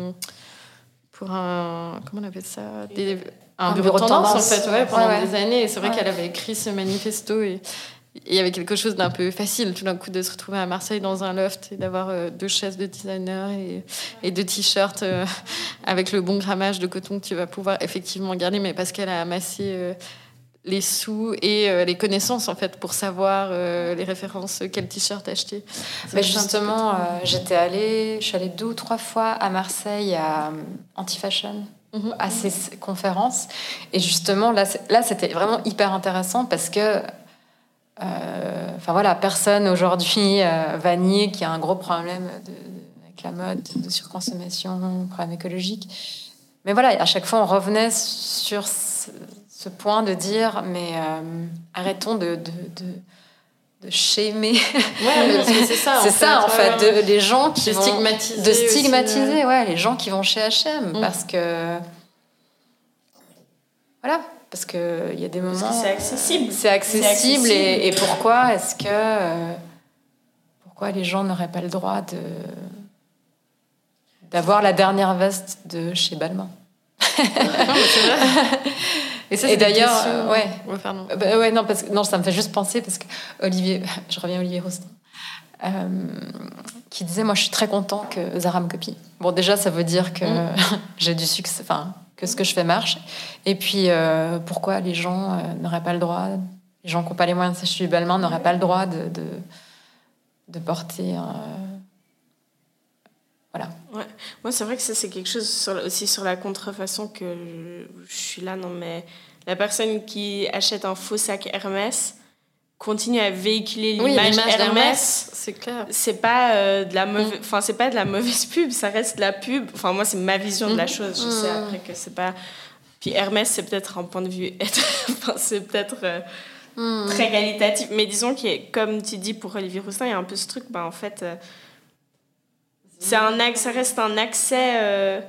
un... Comment on appelle ça? Un bureau de tendance, en fait, pendant des années. Et c'est vrai qu'elle avait écrit ce manifesto et il y avait quelque chose d'un peu facile, tout d'un coup, de se retrouver à Marseille dans un loft et d'avoir 2 chaises de designer et 2 t-shirts avec le bon grammage de coton que tu vas pouvoir effectivement garder, mais parce qu'elle a amassé... les sous et les connaissances en fait pour savoir les références, quel t-shirt acheter. Mais justement, je suis allée 2 ou 3 fois à Marseille à Anti-Fashion, à ces conférences, et justement là c'était vraiment hyper intéressant parce que personne aujourd'hui va nier qu'il y a un gros problème avec la mode, de surconsommation, problème écologique, mais voilà, à chaque fois on revenait sur ce point de dire mais arrêtons de shamer. C'est ça. C'est ça en fait, les gens qui vont stigmatiser. De stigmatiser, les gens qui vont chez H&M, parce que Voilà, parce qu'il y a des moments... Parce que c'est accessible. C'est accessible. Et pourquoi est-ce que... pourquoi les gens n'auraient pas le droit d'avoir la dernière veste de chez Balmain? Et ça, et d'ailleurs, ça me fait juste penser parce que je reviens à Olivier Rousteing, qui disait, moi je suis très content que Zara me copie. Bon, déjà ça veut dire que j'ai du succès, enfin que ce que je fais marche. Et puis pourquoi les gens n'auraient pas le droit, les gens qui n'ont pas les moyens de s'acheter du Balmain n'auraient pas le droit de porter voilà. Ouais. Moi, c'est vrai que ça, c'est quelque chose aussi sur la contrefaçon que je suis là. Non, mais la personne qui achète un faux sac Hermès continue à véhiculer l'image Hermès. C'est clair. C'est pas c'est pas de la mauvaise pub, ça reste de la pub. Enfin, moi, c'est ma vision de la chose. Je sais après que c'est pas. Puis Hermès, c'est peut-être un point de vue. C'est peut-être très qualitatif. Mais disons que, comme tu dis pour Olivier Rousteing, il y a un peu ce truc. En fait. Ça reste un accès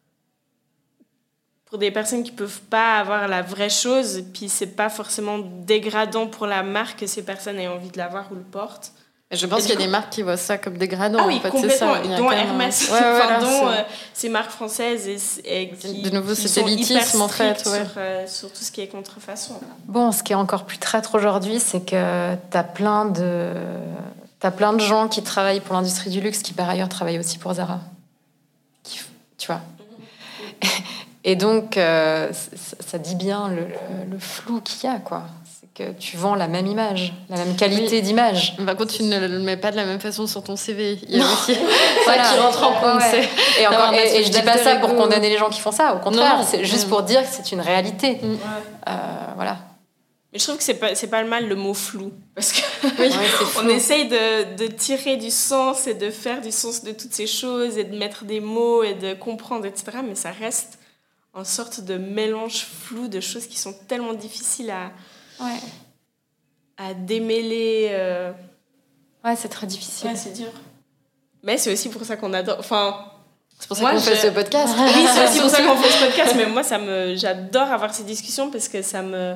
pour des personnes qui peuvent pas avoir la vraie chose, puis c'est pas forcément dégradant pour la marque que ces personnes aient envie de l'avoir ou le portent. Je pense qu'il y a des marques qui voient ça comme dégradant. Ah oui, en fait, complètement. C'est ça. Dont Hermès, ces marques françaises et qui, de nouveau, qui c'est sont élitisme en fait. Sur tout ce qui est contrefaçon. Bon, ce qui est encore plus traître aujourd'hui, c'est que t'as plein de gens qui travaillent pour l'industrie du luxe qui, par ailleurs, travaillent aussi pour Zara. Tu vois. Et donc, ça dit bien le flou qu'il y a, quoi. C'est que tu vends la même image, la même qualité d'image. Par contre, tu ne le mets pas de la même façon sur ton CV. Il y a aussi ça qui rentre en compte. Ouais. Et je dis pas ça pour condamner les gens qui font ça. Au contraire, c'est juste pour dire que c'est une réalité. Voilà. Mais je trouve que c'est pas le mal le mot flou, parce que on essaye de tirer du sens et de faire du sens de toutes ces choses et de mettre des mots et de comprendre, etc. Mais ça reste une sorte de mélange flou de choses qui sont tellement difficiles à démêler. Ouais, c'est très difficile. Ouais, c'est dur. Mais c'est aussi pour ça qu'on adore... Enfin, c'est pour ça qu'on fait ce podcast. Oui, c'est aussi pour ça qu'on fait ce podcast. Mais moi, j'adore avoir ces discussions parce que ça me...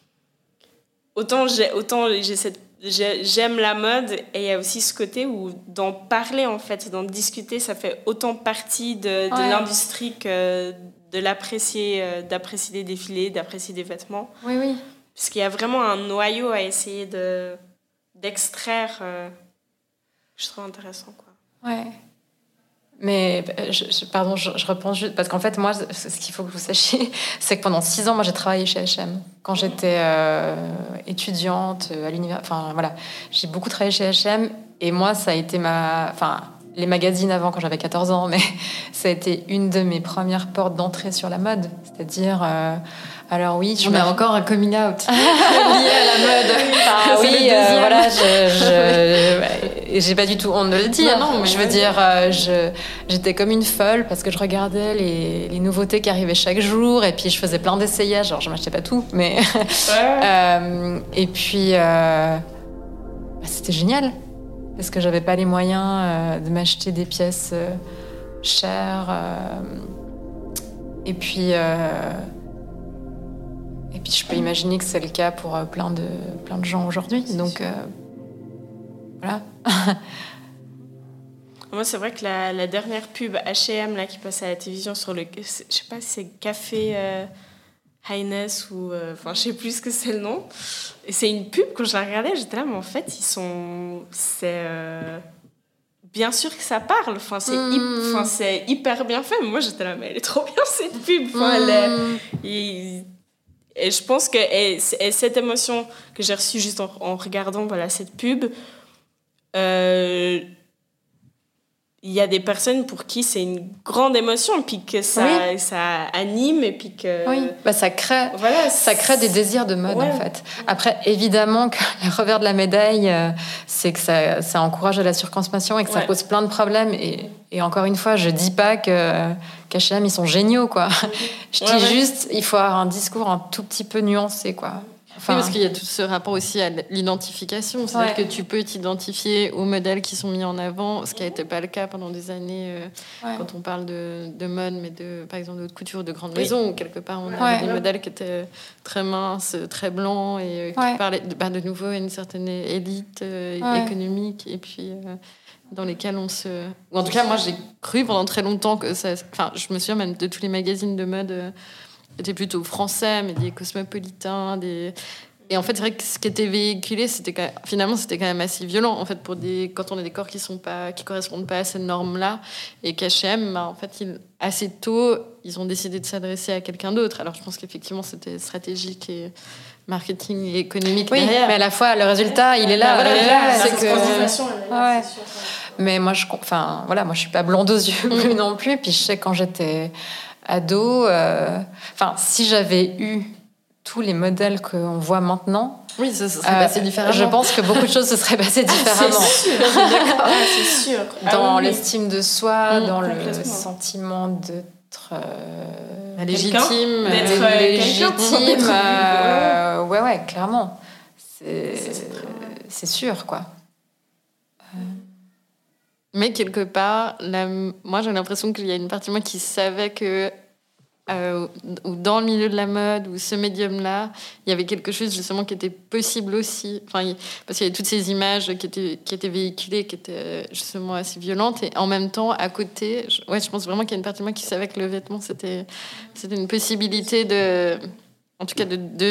J'aime la mode et il y a aussi ce côté où d'en parler, en fait, d'en discuter, ça fait autant partie de l'industrie que de l'apprécier, d'apprécier des défilés, d'apprécier des vêtements. Oui. Parce qu'il y a vraiment un noyau à essayer d'extraire que je trouve intéressant, quoi. Ouais. Mais je reprends juste parce qu'en fait moi ce qu'il faut que vous sachiez c'est que pendant 6 ans moi j'ai travaillé chez H&M quand j'étais étudiante à l'univers, enfin voilà, j'ai beaucoup travaillé chez H&M et moi ça a été les magazines avant quand j'avais 14 ans, mais ça a été une de mes premières portes d'entrée sur la mode, c'est-à-dire alors oui, on a encore un coming out lié à la mode. Oui, voilà, j'ai pas du tout honte de le dire. Non, mais je veux dire, j'étais comme une folle parce que je regardais les nouveautés qui arrivaient chaque jour et puis je faisais plein d'essayages. Genre, je m'achetais pas tout, mais et puis c'était génial parce que j'avais pas les moyens de m'acheter des pièces chères et puis je peux imaginer que c'est le cas pour plein de gens aujourd'hui. Donc, voilà. Moi, c'est vrai que la dernière pub H&M là, qui passait à la télévision sur je sais pas si c'est Café Highness ou... Enfin, je sais plus ce que c'est le nom. Et c'est une pub, quand je la regardais, j'étais là, mais en fait, bien sûr que ça parle. Enfin, c'est hyper bien fait. Mais moi, j'étais là, mais elle est trop bien, cette pub. Enfin, et je pense que cette émotion que j'ai reçue juste en regardant cette pub, il y a des personnes pour qui c'est une grande émotion, et puis que ça anime, et puis que... Oui, ça crée des désirs de mode, en fait. Après, évidemment, que le revers de la médaille, c'est que ça encourage à la surconsommation et que ça pose plein de problèmes. Et encore une fois, je dis pas qu'H&M, ils sont géniaux, quoi. Je dis juste, il faut avoir un discours un tout petit peu nuancé, quoi. Oui, parce qu'il y a tout ce rapport aussi à l'identification. C'est-à-dire que tu peux t'identifier aux modèles qui sont mis en avant, ce qui n'était pas le cas pendant des années quand on parle de mode, mais par exemple de haute couture, de grandes maisons, où quelque part on avait des modèles qui étaient très minces, très blancs, et qui parlaient de nouveau à une certaine élite économique, et puis dans lesquels on se... Ou en tout cas, moi j'ai cru pendant très longtemps que ça... Enfin, je me souviens même de tous les magazines de mode... C'était plutôt français, mais des cosmopolitains, Et en fait, c'est vrai que ce qui était véhiculé, c'était quand même assez violent. En fait, quand on a des corps qui correspondent pas à ces normes-là, et qu'H&M, en fait, assez tôt, ils ont décidé de s'adresser à quelqu'un d'autre. Alors, je pense qu'effectivement, c'était stratégique et marketing et économique derrière. Mais à la fois, le résultat, il est là. Mais moi, je suis pas blonde aux yeux bleus non plus. Puis je sais quand j'étais ado, si j'avais eu tous les modèles qu'on voit maintenant, oui, ça se serait passé différemment. Je pense que beaucoup de choses se seraient passées différemment. C'est sûr. Dans l'estime de soi, dans le sentiment d'être légitime, ouais, clairement. C'est sûr, quoi. Mais quelque part, moi j'ai l'impression qu'il y a une partie de moi qui savait que ou dans le milieu de la mode, ou ce médium-là, il y avait quelque chose justement qui était possible aussi. Parce qu'il y avait toutes ces images qui étaient véhiculées, qui étaient justement assez violentes, et en même temps, à côté, je pense vraiment qu'il y a une partie de moi qui savait que le vêtement, c'était une possibilité en tout cas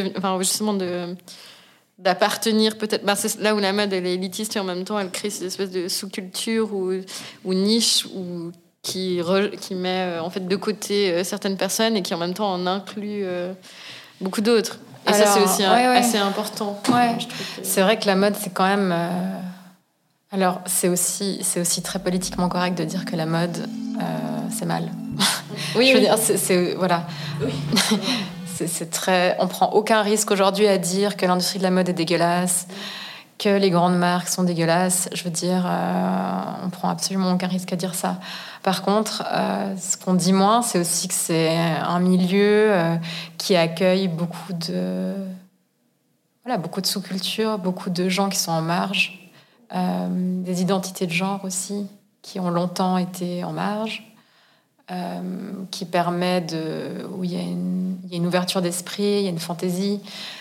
d'appartenir peut-être. C'est là où la mode elle est élitiste, et en même temps elle crée ces espèces de sous-cultures ou niches qui met en fait de côté certaines personnes, et qui en même temps en inclut beaucoup d'autres. Et alors, ça c'est aussi assez important. C'est vrai que la mode c'est quand même alors c'est aussi très politiquement correct de dire que la mode c'est mal. Oui, je veux dire voilà. Oui. C'est très... On prend aucun risque aujourd'hui à dire que l'industrie de la mode est dégueulasse, que les grandes marques sont dégueulasses. Je veux dire, on prend absolument aucun risque à dire ça. Par contre, ce qu'on dit moins, c'est aussi que c'est un milieu qui accueille beaucoup de sous-cultures, beaucoup de gens qui sont en marge, des identités de genre aussi, qui ont longtemps été en marge. Qui permet où il y a une ouverture d'esprit, il y a une fantaisie.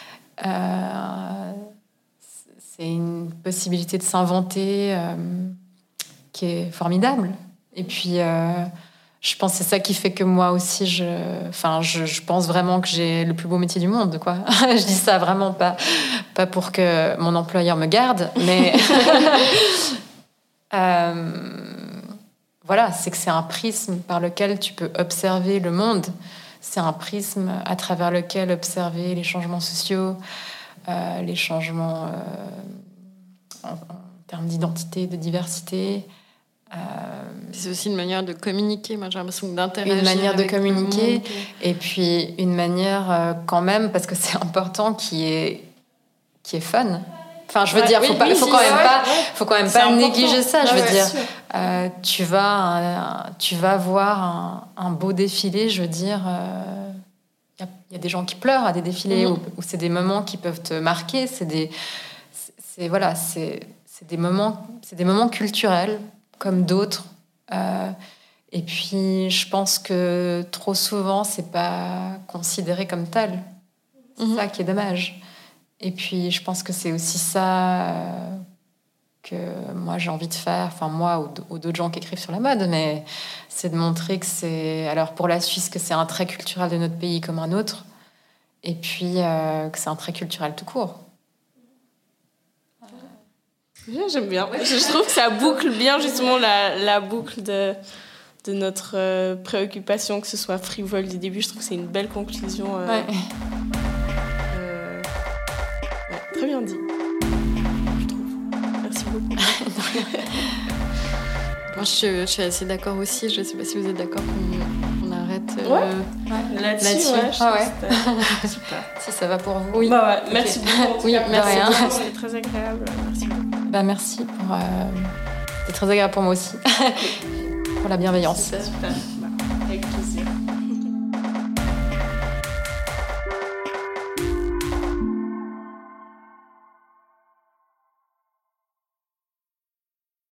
C'est une possibilité de s'inventer qui est formidable. Et puis, je pense que c'est ça qui fait que moi aussi, je pense vraiment que j'ai le plus beau métier du monde, quoi. Je dis ça vraiment pas pour que mon employeur me garde, mais... Voilà, c'est que c'est un prisme par lequel tu peux observer le monde. C'est un prisme à travers lequel observer les changements sociaux, les changements en termes d'identité, de diversité. C'est aussi une manière de communiquer, moi j'ai l'impression d'interagir. Une manière de communiquer, et puis une manière quand même, parce que c'est important, qui est fun. Enfin, je veux dire, faut quand même pas négliger ça. Je veux dire, tu vas voir un beau défilé. Je veux dire, il y a des gens qui pleurent à des défilés, où c'est des moments qui peuvent te marquer. C'est des moments culturels comme d'autres. Et puis, je pense que trop souvent, c'est pas considéré comme tel. C'est ça qui est dommage. Et puis, je pense que c'est aussi ça que moi, j'ai envie de faire, enfin, moi ou d'autres gens qui écrivent sur la mode, mais c'est de montrer que c'est... Alors, pour la Suisse, que c'est un trait culturel de notre pays comme un autre, et puis que c'est un trait culturel tout court. J'aime bien. Je trouve que ça boucle bien, justement, la boucle de notre préoccupation, que ce soit frivole du début. Je trouve que c'est une belle conclusion. Très bien dit, je trouve. Merci beaucoup. Moi, je suis assez d'accord aussi. Je ne sais pas si vous êtes d'accord qu'on arrête là-dessus. Super. Si ça va pour vous. Oui. Merci beaucoup. Oui, merci. C'était très agréable. Merci beaucoup. Merci pour... C'était très agréable pour moi aussi. Pour la bienveillance. Super. Avec plaisir.